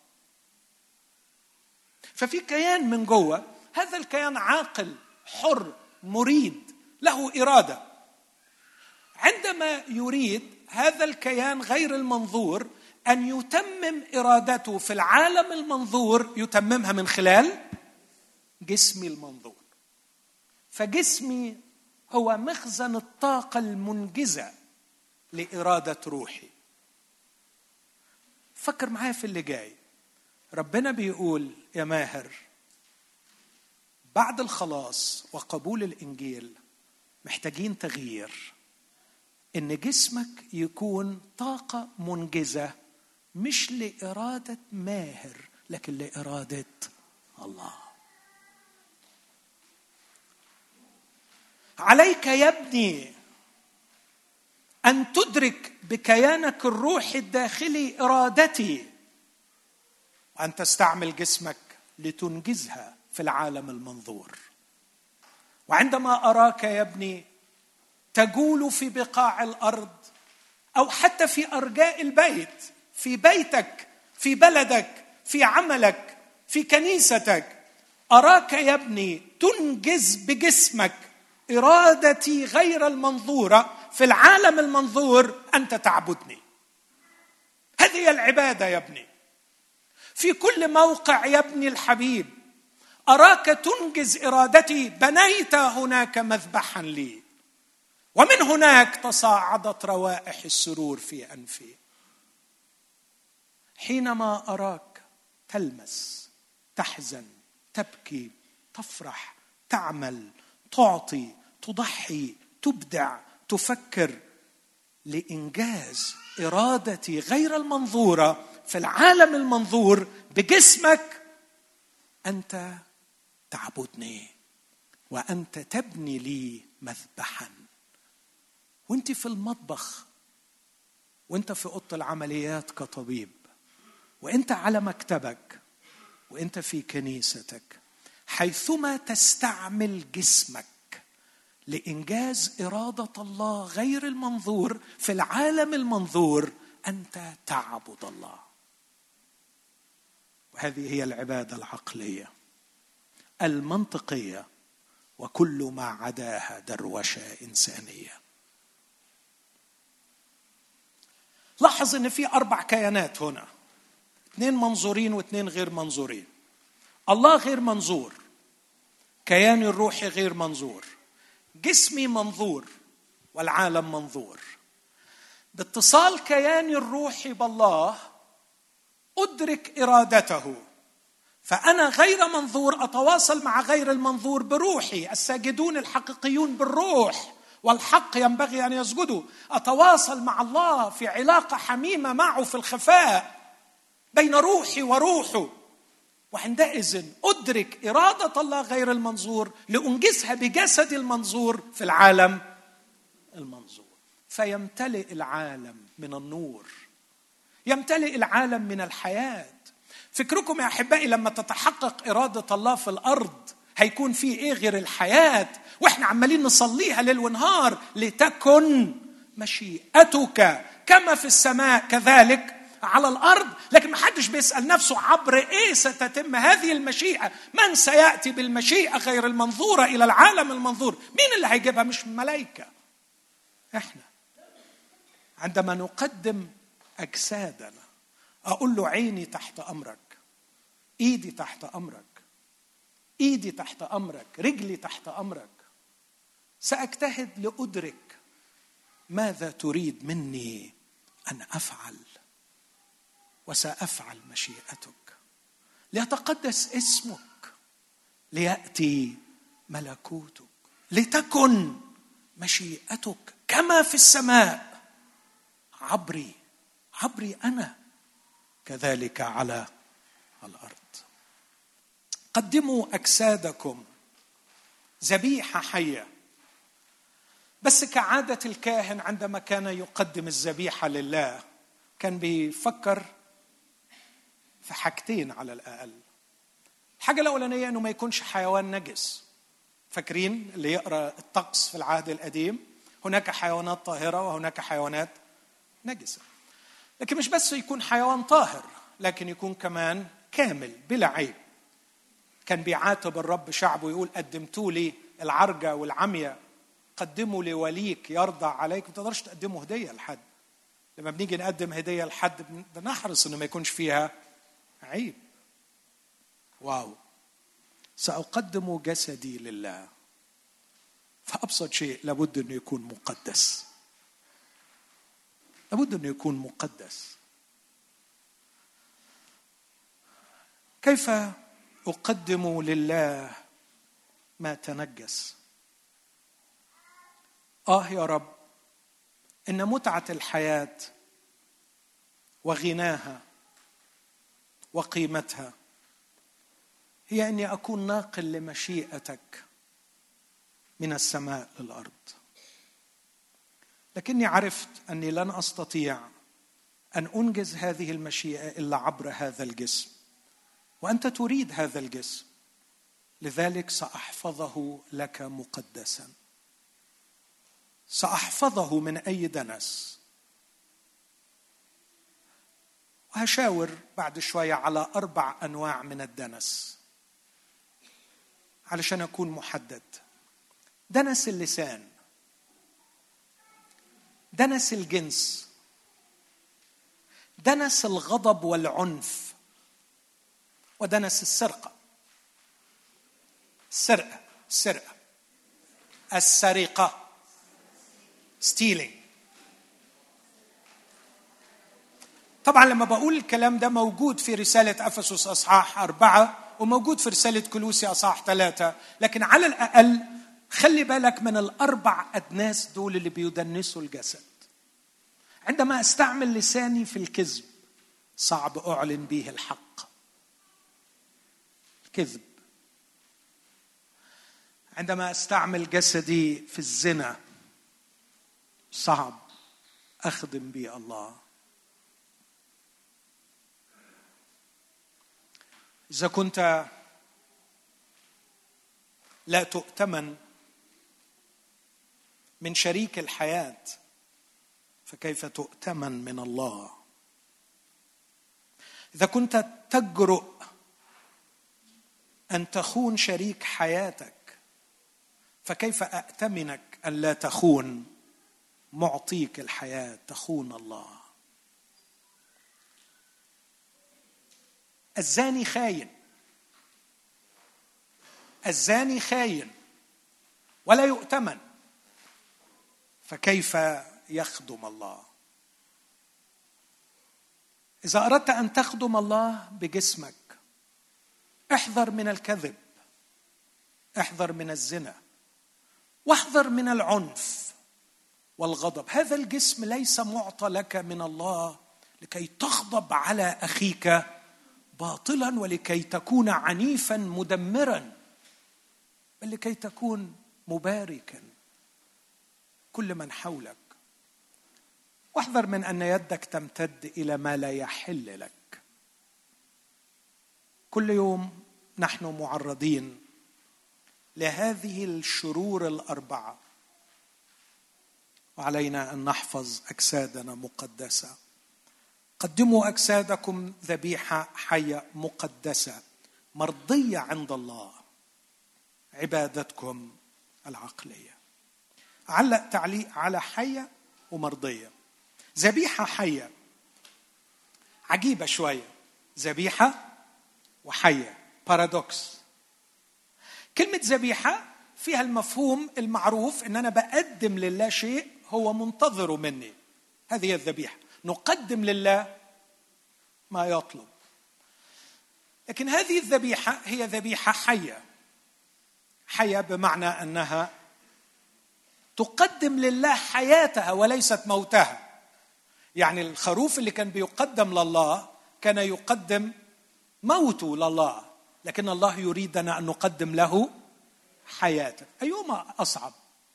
ففي كيان من جوه، هذا الكيان عاقل حر مريد له إرادة. عندما يريد هذا الكيان غير المنظور أن يتمم إرادته في العالم المنظور، يتممها من خلال جسمي المنظور. فجسمي هو مخزن الطاقة المنجزة لإرادة روحي. فكر معايا في اللي جاي. ربنا بيقول يا ماهر، بعد الخلاص وقبول الإنجيل محتاجين تغيير، إن جسمك يكون طاقة منجزة مش لإرادة ماهر لكن لإرادة الله. عليك يا ابني أن تدرك بكيانك الروحي الداخلي إرادتي، وأن تستعمل جسمك لتنجزها في العالم المنظور. وعندما أراك يا ابني تجول في بقاع الأرض أو حتى في أرجاء البيت، في بيتك، في بلدك، في عملك، في كنيستك، أراك يا ابني تنجز بجسمك إرادتي غير المنظورة في العالم المنظور، أنت تعبدني. هذه هي العبادة يا ابني. في كل موقع يا ابني الحبيب أراك تنجز إرادتي، بنيت هناك مذبحا لي، ومن هناك تصاعدت روائح السرور في أنفي. حينما أراك تلمس، تحزن، تبكي، تفرح، تعمل، تعطي، تضحي، تبدع، تفكر لإنجاز إرادتي غير المنظورة في العالم المنظور بجسمك، أنت تعبدني وأنت تبني لي مذبحا. وأنت في المطبخ، وأنت في أوضة العمليات كطبيب، وأنت على مكتبك، وأنت في كنيستك، حيثما تستعمل جسمك لإنجاز إرادة الله غير المنظور في العالم المنظور، أنت تعبد الله. وهذه هي العبادة العقلية المنطقية، وكل ما عداها دروشة إنسانية. لاحظ إن في أربع كيانات هنا، اثنين منظورين واثنين غير منظورين. الله غير منظور، كياني الروحي غير منظور، جسمي منظور، والعالم منظور. باتصال كياني الروحي بالله أدرك إرادته، فأنا غير منظور أتواصل مع غير المنظور بروحي. الساجدون الحقيقيون بالروح والحق ينبغي أن يسجدوا. أتواصل مع الله في علاقة حميمة معه في الخفاء بين روحي وروحه، وعندئذ أدرك إرادة الله غير المنظور لأنجزها بجسد المنظور في العالم المنظور. فيمتلئ العالم من النور، يمتلئ العالم من الحياة. فكركم يا أحبائي لما تتحقق إرادة الله في الأرض هيكون فيه إيه غير الحياة؟ وإحنا عمالين نصليها ليل ونهار، لتكن مشيئتك كما في السماء كذلك على الأرض. لكن ما حدش بيسأل نفسه عبر إيه ستتم هذه المشيئة؟ من سيأتي بالمشيئة غير المنظورة إلى العالم المنظور؟ مين اللي هيجيبها؟ مش ملائكة، إحنا. عندما نقدم أجسادنا أقول له عيني تحت أمرك، إيدي تحت أمرك، إيدي تحت أمرك، رجلي تحت أمرك. سأجتهد لأدرك ماذا تريد مني أن أفعل، وسأفعل مشيئتك، ليتقدس اسمك، ليأتي ملكوتك، لتكن مشيئتك كما في السماء عبري عبري أنا كذلك على الأرض. قدموا أجسادكم ذبيحة حية. بس كعادة الكاهن عندما كان يقدم الذبيحة لله كان بيفكر في حاجتين على الأقل. الحاجة الأولانية أنه ما يكونش حيوان نجس. فاكرين اللي يقرأ الطقس في العهد القديم، هناك حيوانات طاهرة وهناك حيوانات نجسة. لكن مش بس يكون حيوان طاهر، لكن يكون كمان كامل بلا عيب. كان بيعاتب الرب شعبه يقول قدمتوا لي العرجة والعمية، قدموا لي وليك يرضى عليك. ما تقدرش تقدموا هدية لحد. لما بنيجي نقدم هدية لحد بنحرص انه ما يكونش فيها عيب. واو، سأقدم جسدي لله. فأبسط شيء لابد انه يكون مقدس، لابد انه يكون مقدس. كيف أقدم لله ما تنجس؟ آه يا رب، إن متعة الحياة وغناها وقيمتها هي أني أكون ناقل لمشيئتك من السماء للأرض. لكني عرفت أني لن أستطيع أن أنجز هذه المشيئة إلا عبر هذا الجسم، وأنت تريد هذا الجسم، لذلك سأحفظه لك مقدسا. سأحفظه من أي دنس. وهشاور بعد شوية على أربع أنواع من الدنس علشان أكون محدد. دنس اللسان، دنس الجنس، دنس الغضب والعنف، ودنس السرقة. السرقة السرقة السرقة stealing. طبعا لما بقول الكلام ده موجود في رسالة أفسس أصحاح أربعة وموجود في رسالة كولوسي أصحاح ثلاثة، لكن على الأقل خلي بالك من الأربع أدناس دول اللي بيدنسوا الجسد. عندما أستعمل لساني في الكذب صعب أعلن به الحق، الكذب. عندما أستعمل جسدي في الزنا صعب أخدم به الله. إذا كنت لا تؤتمن من شريك الحياة فكيف تؤتمن من الله؟ إذا كنت تجرؤ أن تخون شريك حياتك فكيف أأتمنك أن لا تخون معطيك الحياة، تخون الله؟ الزاني خاين، الزاني خاين ولا يؤتمن، فكيف يخدم الله؟ إذا أردت أن تخدم الله بجسمك احذر من الكذب، احذر من الزنا، واحذر من العنف والغضب. هذا الجسم ليس معطى لك من الله لكي تغضب على أخيك باطلا ولكي تكون عنيفا مدمرا، بل لكي تكون مباركا كل من حولك. واحذر من أن يدك تمتد إلى ما لا يحل لك. كل يوم نحن معرضين لهذه الشرور الأربعة، وعلينا أن نحفظ أجسادنا مقدسة. قدموا أجسادكم ذبيحة حية مقدسة مرضية عند الله، عبادتكم العقلية. علق تعليق على حية ومرضية. ذبيحة حية عجيبة شوية، ذبيحة وحية، بارادوكس. كلمة ذبيحة فيها المفهوم المعروف إن أنا بقدم لله شيء هو منتظره مني، هذه الذبيحة، نقدم لله ما يطلب. لكن هذه الذبيحة هي ذبيحة حية، حية بمعنى أنها تقدم لله حياتها وليست موتها. يعني الخروف اللي كان بيقدم لله كان يقدم موته لله، لكن الله يريدنا أن نقدم له حياته. أيهما أصعب؟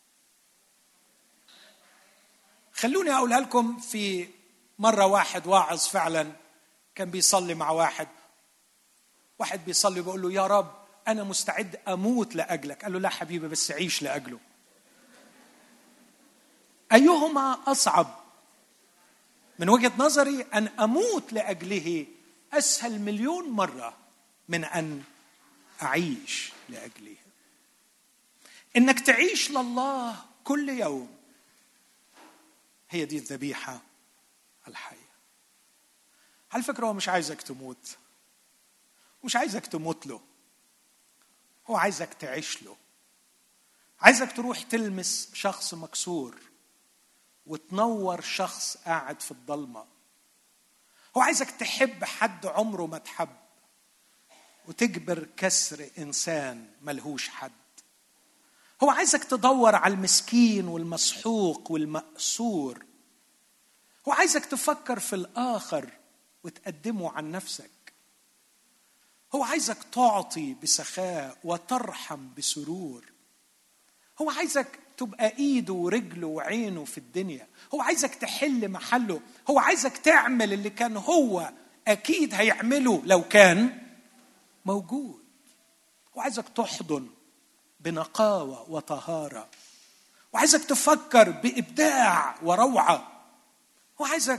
خلوني أقولها لكم. في مرة واحد واعظ فعلا كان بيصلي مع واحد، واحد بيصلي بيقول له يا رب أنا مستعد أموت لأجلك. قال له لا حبيبي، بس عيش لأجله. أيهما أصعب؟ من وجهة نظري أن أموت لأجله أسهل مليون مرة من أن أعيش لأجله. إنك تعيش لله كل يوم، هي دي الذبيحة الحية. على فكرة هو مش عايزك تموت، مش عايزك تموت له، هو عايزك تعيش له. عايزك تروح تلمس شخص مكسور وتنور شخص قاعد في الضلمة. هو عايزك تحب حد عمره ما تحب وتجبر كسر إنسان ملهوش حد. هو عايزك تدور على المسكين والمسحوق والمأسور. هو عايزك تفكر في الآخر وتقدمه عن نفسك. هو عايزك تعطي بسخاء وترحم بسرور. هو عايزك تبقى ايده ورجله وعينه في الدنيا. هو عايزك تحل محله. هو عايزك تعمل اللي كان هو اكيد هيعمله لو كان موجود. هو عايزك تحضن بنقاوة وطهارة، وعايزك تفكر بإبداع وروعة. هو عايزك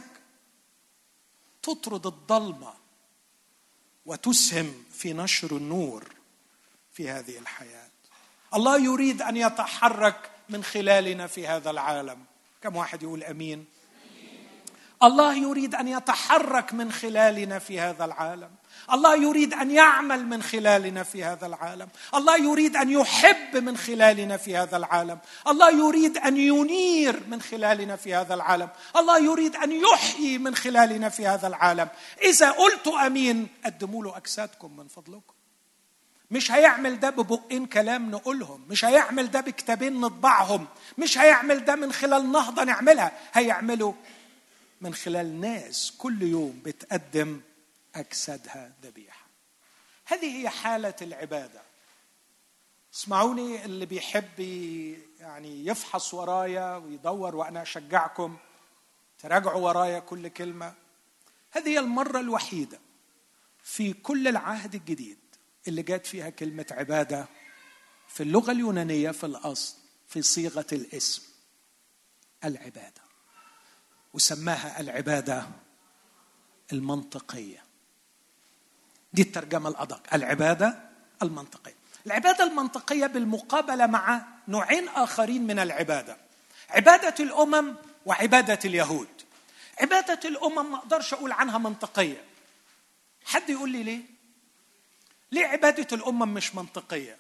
تطرد الظلمة وتسهم في نشر النور في هذه الحياة. الله يريد أن يتحرك من خلالنا في هذا العالم. كم واحد يقول أمين؟ الله يريد أن يتحرك من خلالنا في هذا العالم. الله يريد أن يعمل من خلالنا في هذا العالم. الله يريد أن يحب من خلالنا في هذا العالم. الله يريد أن ينير من خلالنا في هذا العالم. الله يريد أن يحيي من خلالنا في هذا العالم. إذا قلت أمين قدموا له أجسادكم من فضلكم. مش هيعمل ده ببقين كلام نقولهم، مش هيعمل ده بكتابين نطبعهم، مش هيعمل ده من خلال نهضة نعملها، هيعمله من خلال ناس كل يوم بتقدم أجسادها ذبيحة. هذه هي حالة العبادة. اسمعوني، اللي بيحب يعني يفحص ورايا ويدور، وأنا أشجعكم تراجعوا ورايا كل كلمة. هذه هي المرة الوحيدة في كل العهد الجديد اللي جات فيها كلمة عبادة في اللغة اليونانية في الأصل في صيغة الاسم العبادة، وسماها العبادة المنطقية. دي الترجمة الأدق، العبادة المنطقية. العبادة المنطقية بالمقابلة مع نوعين آخرين من العبادة، عبادة الأمم وعبادة اليهود. عبادة الأمم ما أقدرش أقول عنها منطقية. حد يقول لي ليه؟ ليه عبادة الأمم مش منطقية؟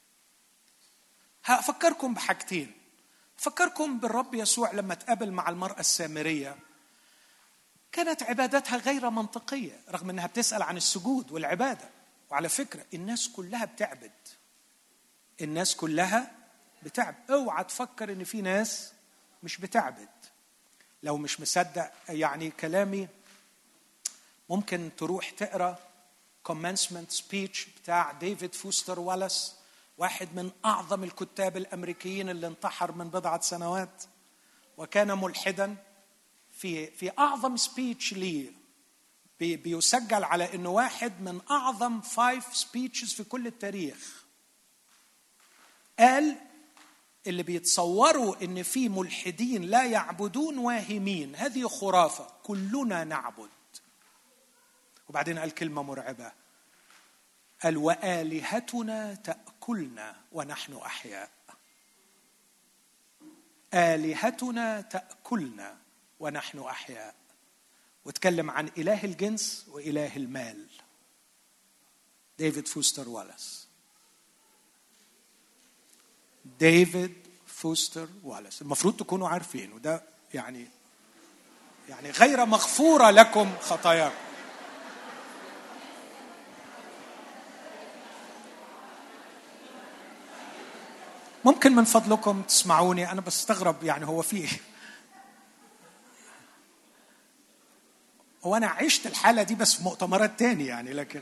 هأفكركم بحاجتين. أفكركم بالرب يسوع لما تقابل مع المرأة السامرية، كانت عبادتها غير منطقية رغم أنها بتسأل عن السجود والعبادة. وعلى فكرة الناس كلها بتعبد، الناس كلها بتعبد. اوعى تفكر أن في ناس مش بتعبد. لو مش مصدق يعني كلامي، ممكن تروح تقرأ commencement speech بتاع ديفيد فوستر والاس، واحد من أعظم الكتاب الأمريكيين اللي انتحر من بضعة سنوات، وكان ملحدا. في في أعظم سبيتش ليه بي بيسجل على إنه واحد من أعظم five speeches في كل التاريخ. قال اللي بيتصوروا إن في ملحدين لا يعبدون واهمين، هذه خرافة، كلنا نعبد. وبعدين قال كلمة مرعبة، قال وآلهتنا تأكلنا ونحن أحياء. آلهتنا تأكلنا ونحن أحياء. وتكلم عن إله الجنس وإله المال. ديفيد فوستر والاس. ديفيد فوستر والاس المفروض تكونوا عارفين، وده يعني يعني غير مغفورة لكم خطاياكم. ممكن من فضلكم تسمعوني؟ أنا بستغرب يعني هو فيه هو أنا عشت الحالة دي بس في مؤتمرات تاني يعني. لكن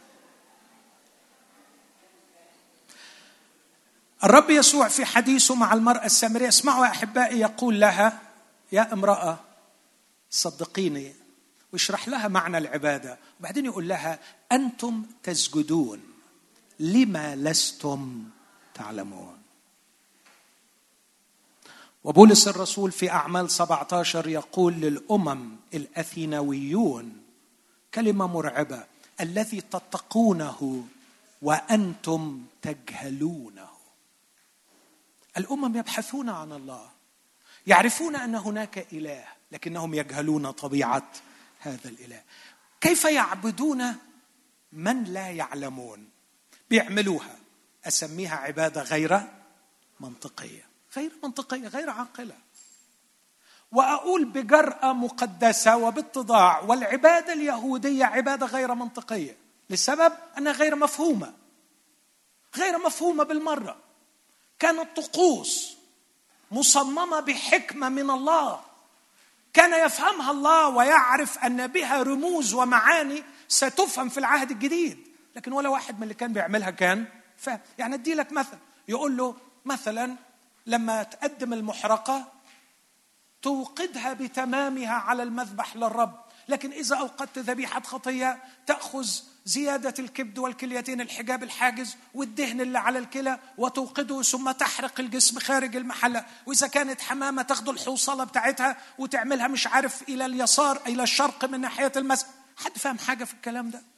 الرب يسوع في حديثه مع المرأة السامرية، اسمعوا يا أحبائي، يقول لها يا امرأة صدقيني، ويشرح لها معنى العبادة. وبعدين يقول لها أنتم تسجدون لما لستم تعلمون. وبولس الرسول في أعمال سبعة عشر يقول للأمم الأثينويون كلمة مرعبة: الذي تتقونه وأنتم تجهلونه. الأمم يبحثون عن الله، يعرفون أن هناك إله، لكنهم يجهلون طبيعة هذا الإله. كيف يعبدون من لا يعلمون؟ بيعملوها، أسميها عبادة غير منطقية، غير منطقية، غير عاقلة. وأقول بجرأة مقدسة وباتضاع: والعبادة اليهودية عبادة غير منطقية، لسبب أنها غير مفهومة، غير مفهومة بالمرة. كانت طقوس مصممة بحكمة من الله، كان يفهمها الله ويعرف أن بها رموز ومعاني ستفهم في العهد الجديد، لكن ولا واحد من اللي كان بيعملها كان فاهم. يعني أدي لك مثل، يقول له مثلا لما تقدم المحرقة توقدها بتمامها على المذبح للرب، لكن إذا أوقدت ذبيحة خطية تأخذ زيادة الكبد والكليتين، الحجاب الحاجز والدهن اللي على الكلى، وتوقده ثم تحرق الجسم خارج المحلة. وإذا كانت حمامة تاخذ الحوصلة بتاعتها وتعملها مش عارف إلى اليسار إلى الشرق من ناحية المسجد. حد فاهم حاجة في الكلام ده؟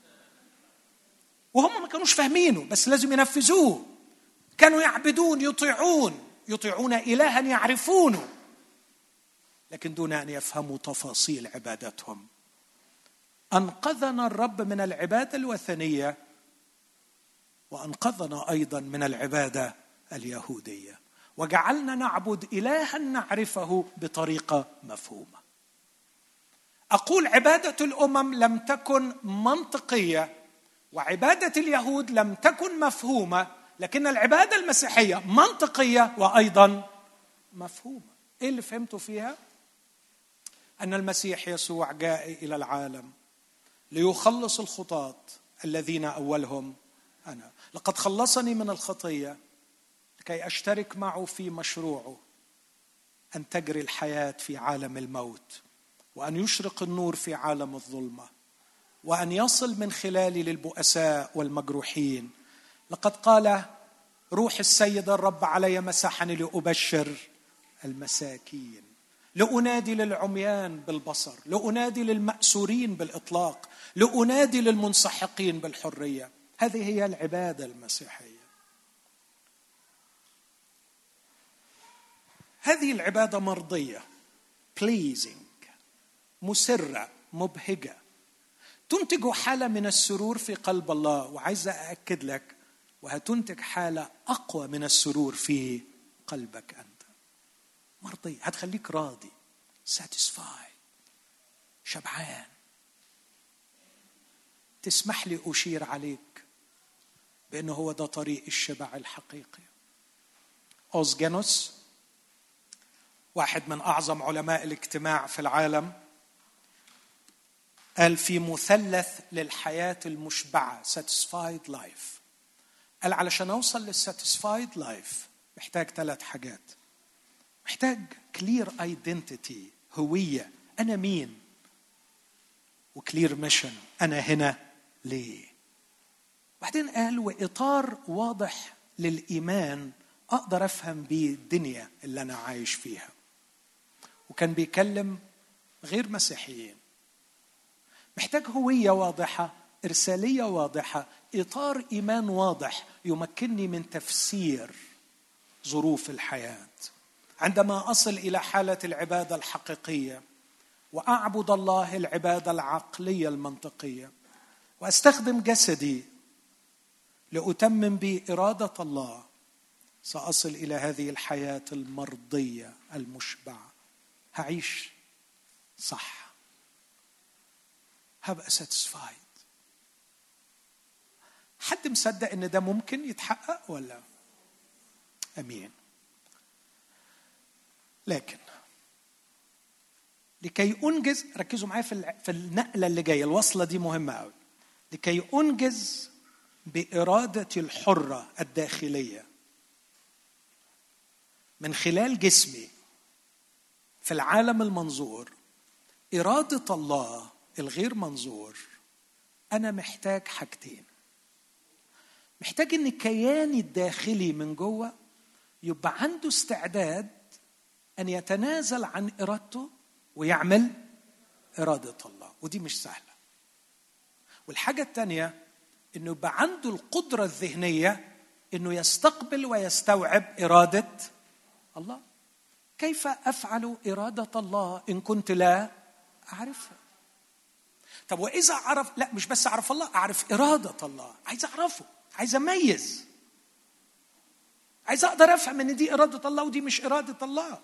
وهم ما كانوش فاهمينه، بس لازم ينفذوه. كانوا يعبدون، يطيعون يطيعون إلها يعرفونه، لكن دون أن يفهموا تفاصيل عبادتهم. أنقذنا الرب من العبادة الوثنية، وأنقذنا أيضا من العبادة اليهودية، وجعلنا نعبد إلها نعرفه بطريقة مفهومة. أقول عبادة الأمم لم تكن منطقية، وعبادة اليهود لم تكن مفهومة، لكن العبادة المسيحية منطقية وأيضا مفهومة. إيه اللي فهمتوا فيها؟ أن المسيح يسوع جاء إلى العالم ليخلص الخطاة الذين أولهم أنا. لقد خلصني من الخطية لكي أشترك معه في مشروعه أن تجري الحياة في عالم الموت، وأن يشرق النور في عالم الظلمة، وأن يصل من خلالي للبؤساء والمجروحين. لقد قال: روح السيد الرب علي مسحني لأبشر المساكين، لأنادي للعميان بالبصر، لأنادي للمأسورين بالإطلاق، لأنادي للمنسحقين بالحرية. هذه هي العبادة المسيحية. هذه العبادة مرضية، pleasing، مسرة، مبهجة، تنتج حالة من السرور في قلب الله. وعايز أأكد لك، وهتنتج حالة أقوى من السرور في قلبك أنت. مرضية، هتخليك راضي، satisfied، شبعان. تسمح لي أشير عليك بأنه هو ده طريق الشبع الحقيقي. أوزجينوس، واحد من أعظم علماء الاجتماع في العالم، قال في مثلث للحياة المشبعة satisfied life، قال علشان أوصل للsatisfied life محتاج ثلاث حاجات. محتاج clear identity، هوية، أنا مين، وكلير ميشن، أنا هنا ليه. بعدين قال وإطار واضح للإيمان أقدر أفهم بيه الدنيا اللي أنا عايش فيها. وكان بيكلم غير مسيحيين. محتاج هوية واضحة، إرسالية واضحة، إطار إيمان واضح يمكنني من تفسير ظروف الحياة. عندما أصل إلى حالة العبادة الحقيقية وأعبد الله العبادة العقلية المنطقية، وأستخدم جسدي لأتمم بإرادة الله، سأصل إلى هذه الحياة المرضية المشبعة. هعيش صح، هبقى satisfied. حد مصدق إن ده ممكن يتحقق ولا؟ أمين. لكن لكي أنجز، ركزوا معايا في النقلة اللي جاية، الوصلة دي مهمة أوي. لكي أنجز بإرادتي الحرة الداخلية من خلال جسمي في العالم المنظور، إرادة الله الغير منظور، أنا محتاج حاجتين. محتاج إن كياني الداخلي من جوه يبقى عنده استعداد أن يتنازل عن إرادته ويعمل إرادة الله، ودي مش سهلة. والحاجة الثانية أنه يبقى عنده القدرة الذهنية أنه يستقبل ويستوعب إرادة الله. كيف أفعل إرادة الله إن كنت لا أعرفها؟ طب وإذا أعرف، لا مش بس أعرف الله، أعرف إرادة الله. عايز أعرفه، عايز أميز، عايز أقدر أفهم أن دي إرادة الله ودي مش إرادة الله.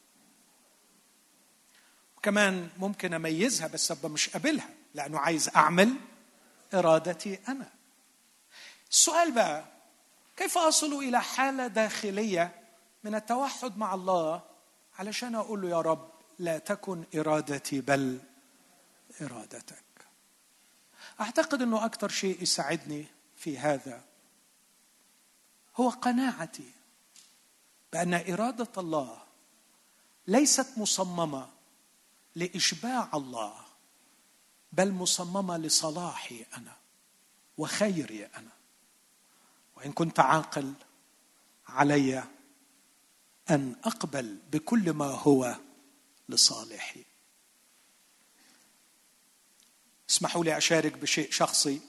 وكمان ممكن أميزها بس أبقى مش قابلها، لأنه عايز أعمل إرادتي أنا. السؤال بقى، كيف أصل إلى حالة داخلية من التوحد مع الله علشان أقول له يا رب لا تكن إرادتي بل إرادتك؟ أعتقد أنه أكثر شيء يساعدني في هذا هو قناعتي بأن إرادة الله ليست مصممة لإشباع الله، بل مصممة لصلاحي أنا وخيري أنا. وإن كنت عاقل علي أن أقبل بكل ما هو لصالحي. اسمحوا لي أشارك بشيء شخصي.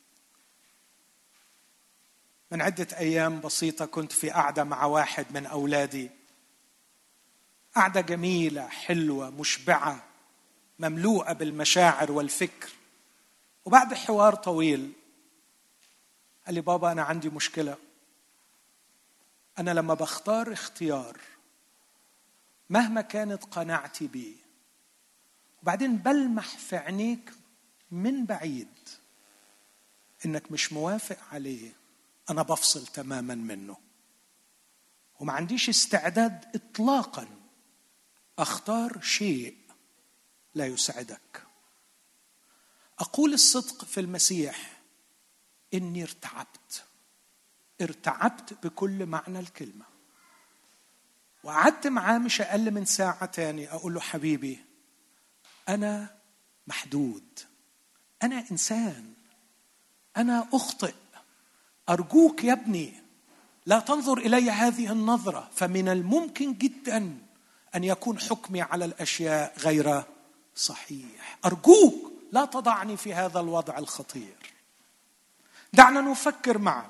من عدة أيام بسيطة كنت في قعدة مع واحد من أولادي، قعدة جميلة حلوة مشبعة مملوءة بالمشاعر والفكر. وبعد حوار طويل قال لي بابا أنا عندي مشكلة. أنا لما بختار اختيار مهما كانت قناعتي بيه وبعدين بلمح في عينيك من بعيد إنك مش موافق عليه، أنا بفصل تماما منه وما عنديش استعداد إطلاقا أختار شيء لا يسعدك. أقول الصدق في المسيح إني ارتعبت ارتعبت بكل معنى الكلمة. وقعدت معاه مش أقل من ساعة تاني أقول له حبيبي أنا محدود، أنا إنسان، أنا أخطئ، أرجوك يا ابني لا تنظر إلي هذه النظرة، فمن الممكن جدا أن يكون حكمي على الأشياء غير صحيح. أرجوك لا تضعني في هذا الوضع الخطير. دعنا نفكر معا.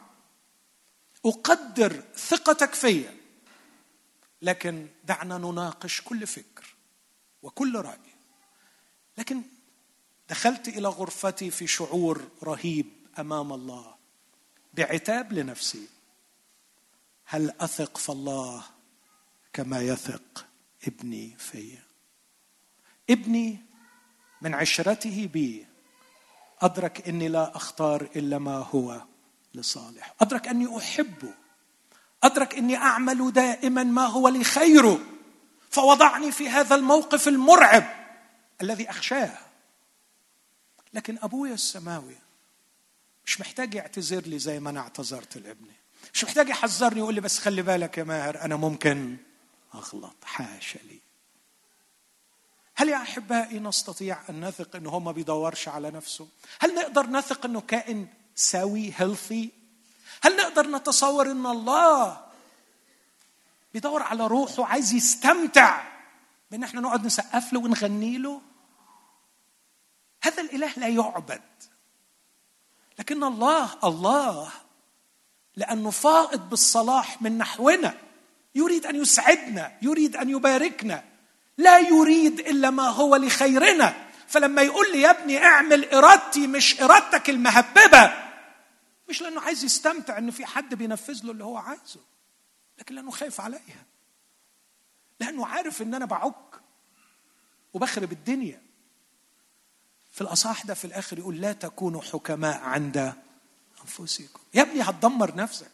أقدر ثقتك فيا، لكن دعنا نناقش كل فكر وكل رأي. لكن دخلت إلى غرفتي في شعور رهيب أمام الله بعتاب لنفسي. هل أثق في الله كما يثق ابني فيا؟ ابني من عشرته بي أدرك أني لا أختار إلا ما هو لصالح، أدرك أني أحبه، أدرك أني أعمل دائما ما هو لخيره، فوضعني في هذا الموقف المرعب الذي أخشاه. لكن أبويا السماوي مش محتاج يعتذر لي زي ما أنا اعتذرت لابني، مش محتاج يحذرني يقول لي بس خلي بالك يا ماهر أنا ممكن أغلط، حاشا لي. هل يا أحبائي نستطيع أن نثق أنه هو ما بيدورش على نفسه؟ هل نقدر نثق أنه كائن سوي healthy؟ هل نقدر نتصور أن الله بيدور على روحه عايز يستمتع بأن احنا نقعد نسقف له ونغني له؟ هذا الإله لا يعبد. لكن الله الله لأنه فائض بالصلاح من نحونا يريد أن يسعدنا، يريد أن يباركنا، لا يريد إلا ما هو لخيرنا. فلما يقول لي يا ابني اعمل إرادتي مش إرادتك المهببة، مش لأنه عايز يستمتع أنه في حد بينفذ له اللي هو عايزه، لكن لأنه خايف عليها، لأنه عارف أن أنا بعك وبخرب الدنيا. في الأصحاح ده في الآخر يقول لا تكونوا حكماء عند أنفسكم. يا ابني هتدمر نفسك.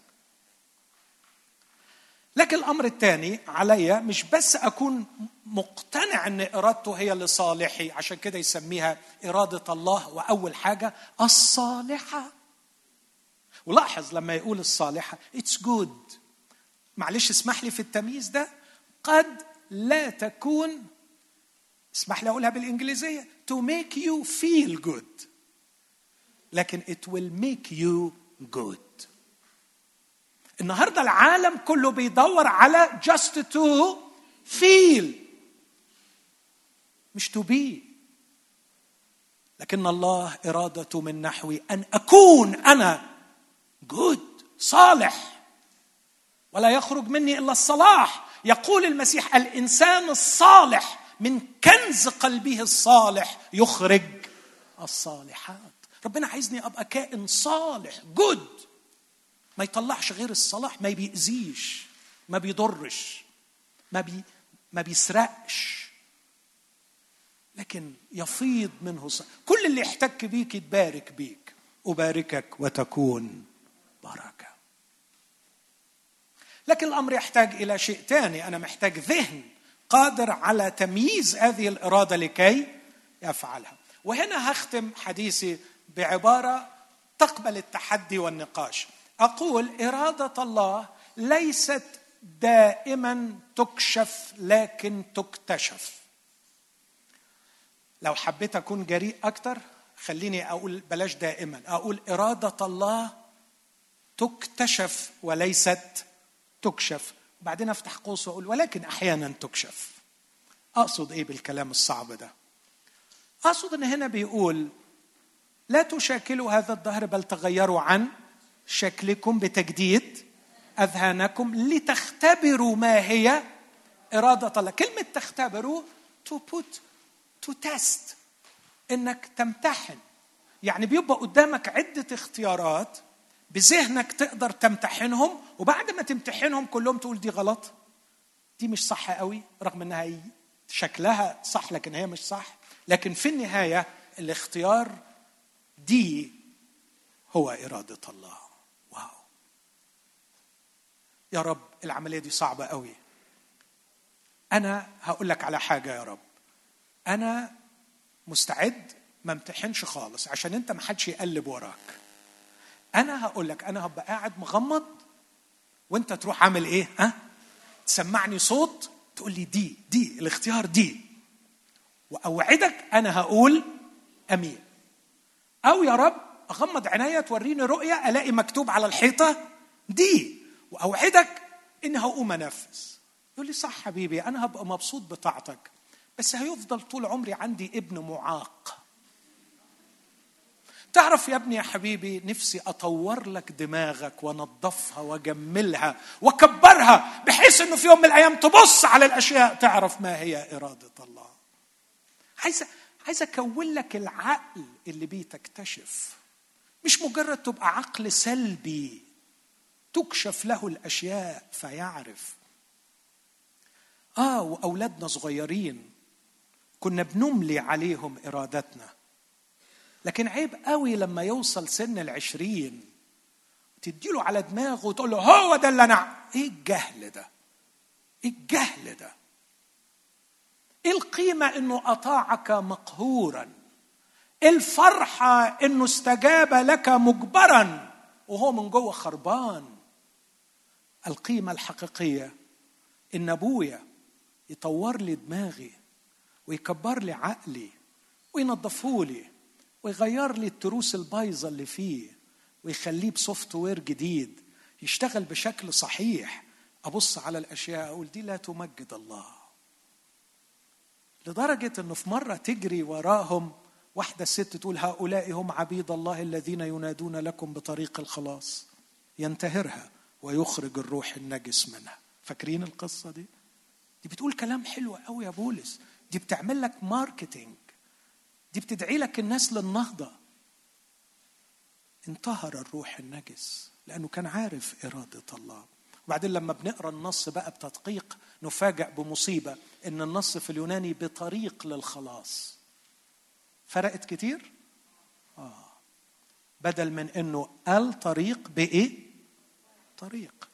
لكن الأمر الثاني عليا مش بس أكون مقتنع أن إرادته هي لصالحي، عشان كده يسميها إرادة الله، وأول حاجة الصالحة. ولاحظ لما يقول الصالحة it's good، معلش اسمح لي في التمييز ده، قد لا تكون، اسمح لي أقولها بالإنجليزية to make you feel good، لكن it will make you good. النهاردة العالم كله بيدور على just to فيل مش to be. لكن الله إرادته من نحوي أن أكون أنا جود صالح، ولا يخرج مني إلا الصلاح. يقول المسيح الإنسان الصالح من كنز قلبه الصالح يخرج الصالحات. ربنا عايزني أبقى كائن صالح جود، ما يطلعش غير الصلاح، ما بيأذيش، ما بيضرش، ما بي ما بيسرقش، لكن يفيض منه صلاح. كل اللي يحتك بيك يتبارك بيك. أباركك وتكون بركة. لكن الأمر يحتاج إلى شيء تاني. أنا محتاج ذهن قادر على تمييز هذه الإرادة لكي يفعلها. وهنا هختم حديثي بعبارة تقبل التحدي والنقاش. أقول إرادة الله ليست دائما تكشف لكن تكتشف. لو حبيت أكون جريء أكتر خليني أقول بلاش دائما، أقول إرادة الله تكتشف وليست تكشف. بعدين أفتح قوس وأقول ولكن أحيانا تكشف. أقصد إيه بالكلام الصعب ده؟ أقصد أن هنا بيقول لا تشاكلوا هذا الدهر بل تغيروا عن شكلكم بتجديد أذهانكم لتختبروا ما هي إرادة الله. كلمة تختبروا to put to test، إنك تمتحن. يعني بيبقى قدامك عدة اختيارات بذهنك تقدر تمتحنهم، وبعد ما تمتحنهم كلهم تقول دي غلط، دي مش صح قوي، رغم انها شكلها صح لكن هي مش صح. لكن في النهاية الاختيار دي هو إرادة الله. واو يا رب، العملية دي صعبة قوي. أنا هقول لك على حاجة يا رب، أنا مستعد ما امتحنش خالص عشان أنت ما حدش يقلب وراك. أنا هقول لك أنا هبقى قاعد مغمض وأنت تروح عامل إيه؟ ها؟ تسمعني صوت تقول لي دي دي الاختيار دي، وأوعدك أنا هقول أمين. أو يا رب أغمض عناية توريني رؤية ألاقي مكتوب على الحيطة دي، وأوعدك إن هقوم أنفذ. يقول لي صح حبيبي، أنا هبقى مبسوط بطاعتك، بس هيفضل طول عمري عندي ابن معاق. تعرف يا ابني يا حبيبي، نفسي أطور لك دماغك ونظفها وجملها وكبرها، بحيث أنه في يوم من الأيام تبص على الأشياء تعرف ما هي إرادة الله. عايز عايز أكون لك العقل اللي بيه تكتشف، مش مجرد تبقى عقل سلبي تكشف له الأشياء فيعرف. آه وأولادنا صغيرين كنا بنملي عليهم إرادتنا، لكن عيب قوي لما يوصل سن العشرين تديله على دماغه وتقول له هو ده اللي أنا. إيه الجهل ده؟ إيه الجهل ده؟ إيه القيمة إنه أطاعك مقهورا؟ إيه الفرحة إنه استجاب لك مجبرا وهو من جوه خربان؟ القيمة الحقيقية إن أبويا يطور لي دماغي ويكبر لي عقلي وينظفه لي ويغير لي التروس البايظة اللي فيه ويخليه بسوفت وير جديد يشتغل بشكل صحيح. أبص على الأشياء أقول دي لا تمجد الله، لدرجة أنه في مرة تجري وراهم واحدة ست تقول هؤلاء هم عبيد الله الذين ينادون لكم بطريق الخلاص، ينتهرها ويخرج الروح النجس منها. فاكرين القصة دي؟ دي بتقول كلام حلو قوي يا بولس، دي بتعمل لك ماركتينج، دي بتدعي لك الناس للنهضة. انتهر الروح النجس لأنه كان عارف إرادة الله. وبعدين لما بنقرأ النص بقى بتدقيق نفاجأ بمصيبة، إن النص في اليوناني بطريق للخلاص. فرقت كتير؟ آه. بدل من إنه الطريق بإيه؟ طريق.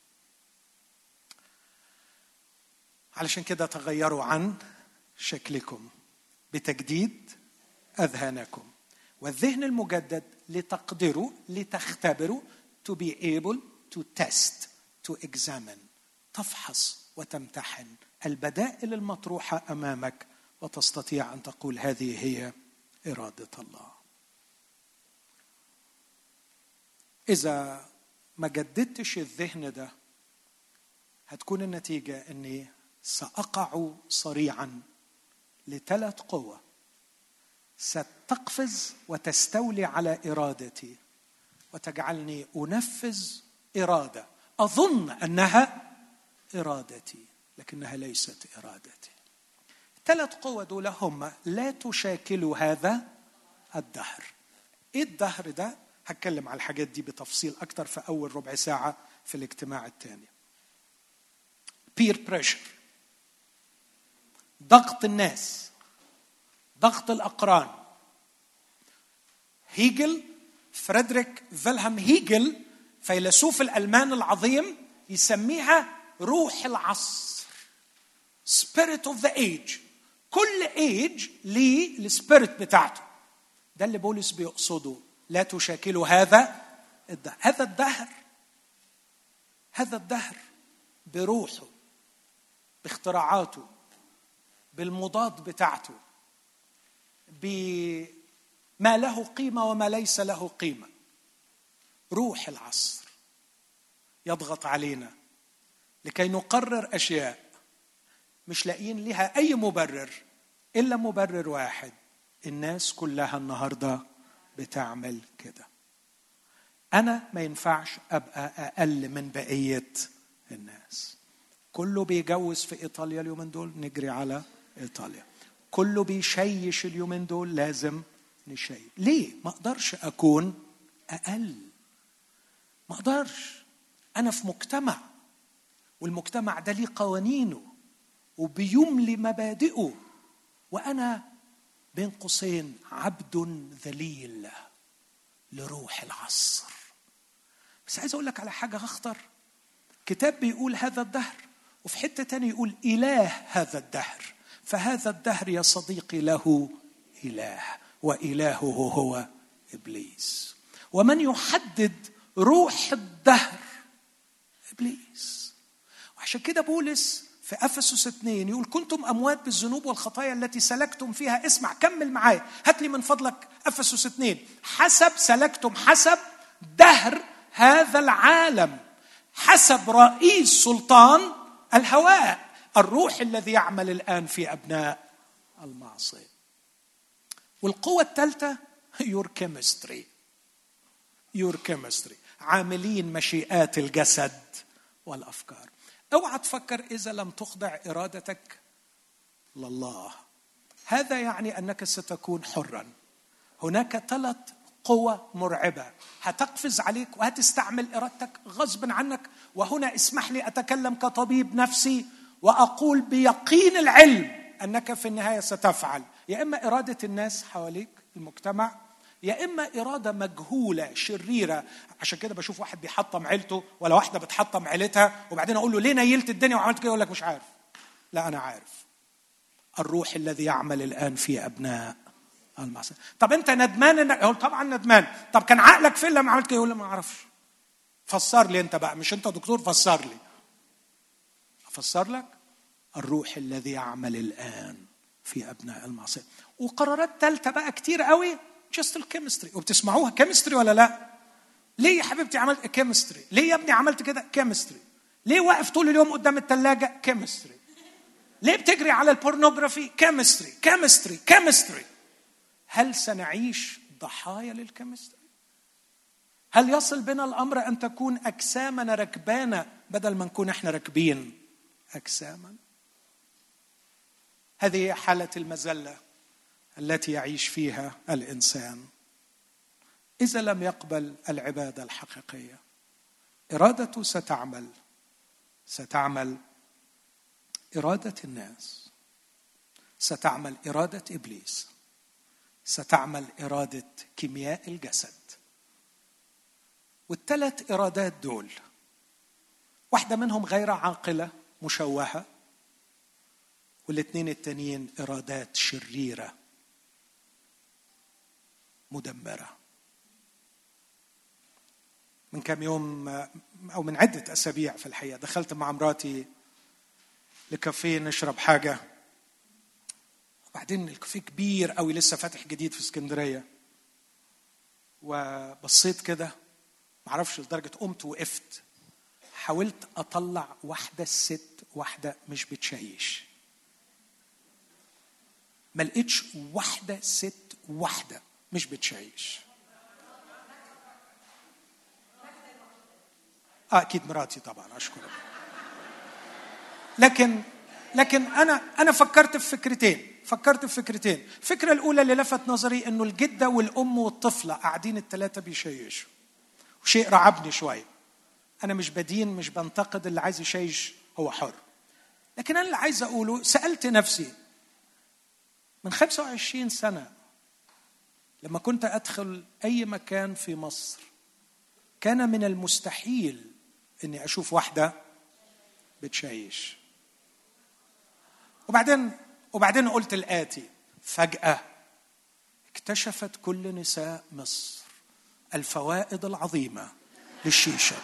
علشان كده تغيروا عن شكلكم بتجديد أذهانكم، والذهن المجدد لتقدروا لتختبروا to be able to test to examine، تفحص وتمتحن البدائل المطروحة أمامك وتستطيع أن تقول هذه هي إرادة الله. إذا ما جددتش الذهن ده هتكون النتيجة أني سأقع صريعا لثلاث قوى ستقفز وتستولي على إرادتي وتجعلني أنفذ إرادة أظن أنها إرادتي لكنها ليست إرادتي. ثلاث قوى دول هم لا تشاكلوا هذا الدهر. إيه الدهر ده؟ هتكلم على الحاجات دي بتفصيل أكتر في أول ربع ساعة في الاجتماع الثاني. peer pressure، ضغط الناس، ضغط الأقران. هيجل، فريدريك فيلهلم هيجل فيلسوف الألمان العظيم، يسميها روح العصر، spirit of the age. كل age ليه السبيريت بتاعته. ده اللي بولس بيقصده، لا تشاكلوا هذا الدهر. هذا الدهر هذا الدهر بروحه، باختراعاته، بالمضاد بتاعته، بما له قيمة وما ليس له قيمة. روح العصر يضغط علينا لكي نقرر أشياء مش لاقيين لها أي مبرر إلا مبرر واحد: الناس كلها النهاردة بتعمل كده، أنا ما ينفعش أبقى أقل من بقية الناس. كله بيجوز في إيطاليا اليومين دول، نجري على إيطاليا. كله بيشيش اليومين دول، لازم نشيش. ليه؟ ما أقدرش أكون أقل، ما أقدرش. أنا في مجتمع، والمجتمع ده ليه قوانينه وبيملي مبادئه، وأنا بين قوسين عبد ذليل لروح العصر. بس عايز أقول لك على حاجة أخطر. كتاب بيقول هذا الدهر، وفي حتة تاني يقول إله هذا الدهر. فهذا الدهر يا صديقي له إله، وإلهه هو إبليس. ومن يحدد روح الدهر؟ إبليس. وعشان كده بولس في أفسس اثنين يقول كنتم أموات بالذنوب والخطايا التي سلكتم فيها. اسمع، كمل معايا، هات لي من فضلك أفسس اثنين. حسب سلكتم حسب دهر هذا العالم، حسب رئيس سلطان الهواء، الروح الذي يعمل الآن في أبناء المعصية. والقوة الثالثة your chemistry your chemistry عاملين مشيئات الجسد والأفكار. اوعى تفكر إذا لم تخضع إرادتك لله هذا يعني أنك ستكون حرا. هناك ثلاث قوة مرعبة هتقفز عليك وهتستعمل إرادتك غصب عنك. وهنا اسمح لي أتكلم كطبيب نفسي وأقول بيقين العلم أنك في النهاية ستفعل يا إما إرادة الناس حواليك المجتمع، يا إما إرادة مجهولة شريرة. عشان كده بشوف واحد بيحطم عيلته ولا واحدة بتحطم عيلتها، وبعدين أقول له ليه نيلت الدنيا وعملت كده؟ يقول لك مش عارف. لا، أنا عارف. الروح الذي يعمل الآن في أبناء المعصية. طب أنت ندمان إنك؟ يقول طبعا ندمان. طب كان عقلك فين لما عملت كده؟ يقول ما أعرفش. فسر لي أنت بقى، مش أنت دكتور، فسر لي. أفسر لك؟ الروح الذي يعمل الآن في أبناء المعصية. وقرارات ثالثة بقى كتير قوي، just الكيمستري. وبتسمعوها كيمستري ولا لا؟ ليه يا حبيبتي عملت كيمستري؟ ليه يا ابني عملت كده؟ كيمستري. ليه واقف طول اليوم قدام الثلاجة؟ كيمستري. ليه بتجري على البورنوغرافي؟ كيمستري كيمستري كيمستري. هل سنعيش ضحايا للكيمستري؟ هل يصل بنا الأمر أن تكون أجسامنا ركبانة بدل ما نكون احنا راكبين أجساما؟ هذه حالة المذلة التي يعيش فيها الإنسان إذا لم يقبل العبادة الحقيقية. إرادته ستعمل ستعمل إرادة الناس، ستعمل إرادة إبليس، ستعمل إرادة كيمياء الجسد. والثلاث إرادات دول واحدة منهم غير عاقلة مشوهة، والاثنين التانيين إرادات شريرة مدمرة. من كم يوم أو من عدة أسابيع في الحقيقة دخلت مع مراتي لكافيه نشرب حاجة، وبعدين الكافيه كبير قوي لسه فاتح جديد في اسكندرية، وبصيت كده معرفش لدرجة قمت وقفت حاولت أطلع واحدة ست واحدة مش بتشيش، ما لقيتش واحدة ست واحدة مش بتشيش. آه أكيد مراتي طبعا، أشكرك. لكن لكن أنا أنا فكرت في فكرتين فكرت في فكرتين الفكرة الأولى اللي لفت نظري إنه الجدة والأم والطفلة قاعدين الثلاثة بيشيشوا، وشيء رعبني شوية. أنا مش بدين، مش بنتقد، اللي عايز يشيش هو حر. لكن أنا اللي عايز أقوله، سألت نفسي من خمسة وعشرين سنة لما كنت أدخل أي مكان في مصر كان من المستحيل إني أشوف واحدة بتشيش. وبعدين وبعدين قلت الآتي: فجأة اكتشفت كل نساء مصر الفوائد العظيمة للشيشة،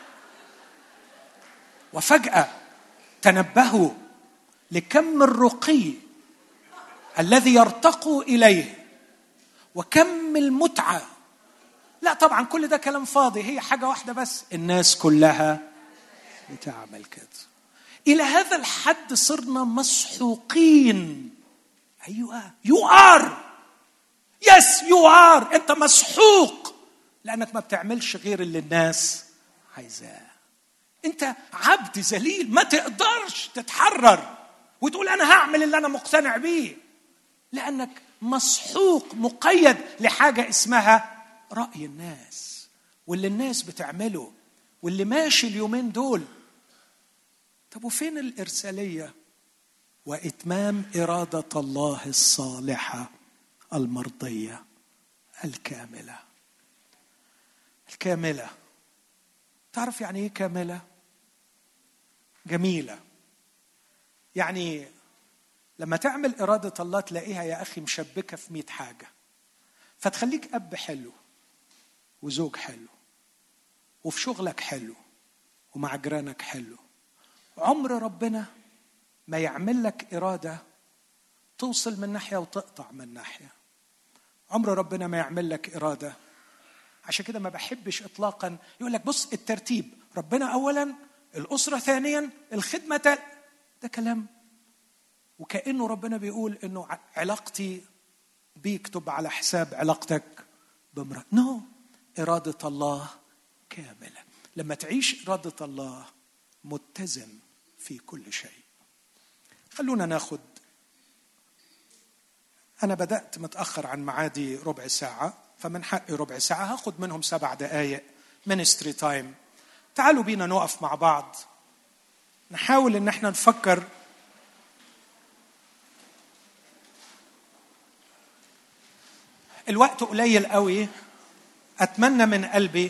وفجأة تنبهوا لكم الرقي الذي يرتقوا إليه وكم المتعة. لا طبعا كل ده كلام فاضي، هي حاجة واحدة بس، الناس كلها بتعمل كده. إلى هذا الحد صرنا مسحوقين. أيوة you are yes you are أنت مسحوق لأنك ما بتعملش غير اللي الناس عايزاه. أنت عبد ذليل، ما تقدرش تتحرر وتقول أنا هعمل اللي أنا مقتنع بيه، لأنك مسحوق مقيد لحاجة اسمها رأي الناس واللي الناس بتعمله واللي ماشي اليومين دول. طب وفين الإرسالية وإتمام إرادة الله الصالحة المرضية الكاملة؟ الكاملة، تعرف يعني إيه كاملة؟ جميلة. يعني لما تعمل إرادة الله تلاقيها يا أخي مشبكة في مئة حاجة، فتخليك أب حلو وزوج حلو وفي شغلك حلو ومع جيرانك حلو. عمر ربنا ما يعمل لك إرادة توصل من ناحية وتقطع من ناحية. عمر ربنا ما يعمل لك إرادة. عشان كده ما بحبش إطلاقا يقول لك بص الترتيب، ربنا أولا، الأسرة ثانيا، الخدمة تل... ده كلام، وكأنه ربنا بيقول إنه علاقتي بيك تبقى على حساب علاقتك بامرأة. نو no. إرادة الله كاملة. لما تعيش إرادة الله متزن في كل شيء. خلونا ناخد، أنا بدأت متأخر عن معادي ربع ساعة، فمن حقي ربع ساعة، هاخد منهم سبع دقايق ministry time. تعالوا بينا نقف مع بعض نحاول إن احنا نفكر الوقت قليل قوي. أتمنى من قلبي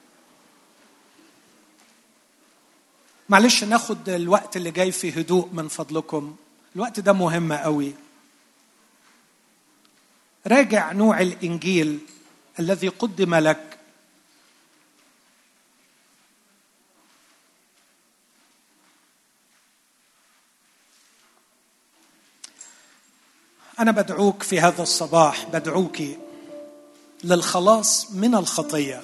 معلش ناخد الوقت اللي جاي في هدوء من فضلكم، الوقت ده مهم قوي. راجع نوع الإنجيل الذي قدم لك. أنا بدعوك في هذا الصباح، بدعوك للخلاص من الخطية.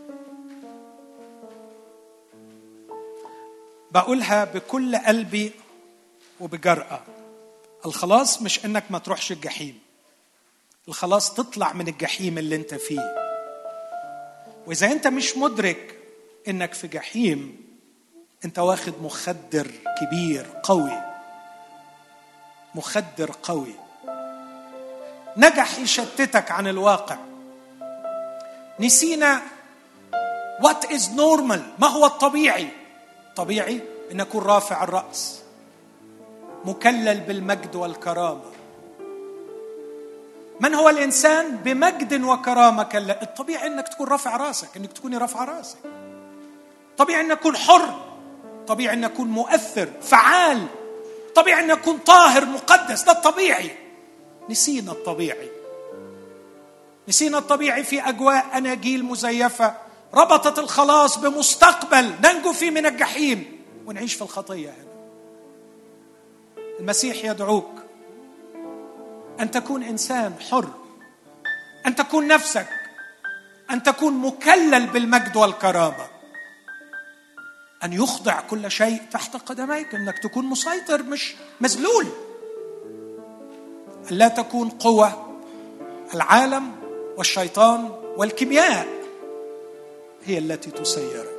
بقولها بكل قلبي وبجرأة. الخلاص مش إنك ما تروحش الجحيم، الخلاص تطلع من الجحيم اللي انت فيه. وإذا انت مش مدرك إنك في جحيم، انت واخد مخدر كبير قوي، مخدر قوي نجح يشتتك عن الواقع. نسينا what is normal، ما هو الطبيعي. طبيعي أن أكون رافع الرأس مكلل بالمجد والكرامة. من هو الإنسان بمجد وكرامة كلا؟ الطبيعي أنك تكون رافع رأسك، أنك تكوني رافع رأسك. طبيعي أن أكون حر، طبيعي أن أكون مؤثر فعال، طبيعي أن أكون طاهر مقدس. ده الطبيعي. نسينا الطبيعي، نسينا الطبيعي في أجواء أناجيل مزيفة ربطت الخلاص بمستقبل ننجو فيه من الجحيم ونعيش في الخطية. هنا المسيح يدعوك أن تكون إنسان حر، أن تكون نفسك، أن تكون مكلل بالمجد والكرامة. أن يخضع كل شيء تحت قدميك، أنك تكون مسيطر مش مذلول. لا تكون قوة العالم والشيطان والكيمياء هي التي تسيرك.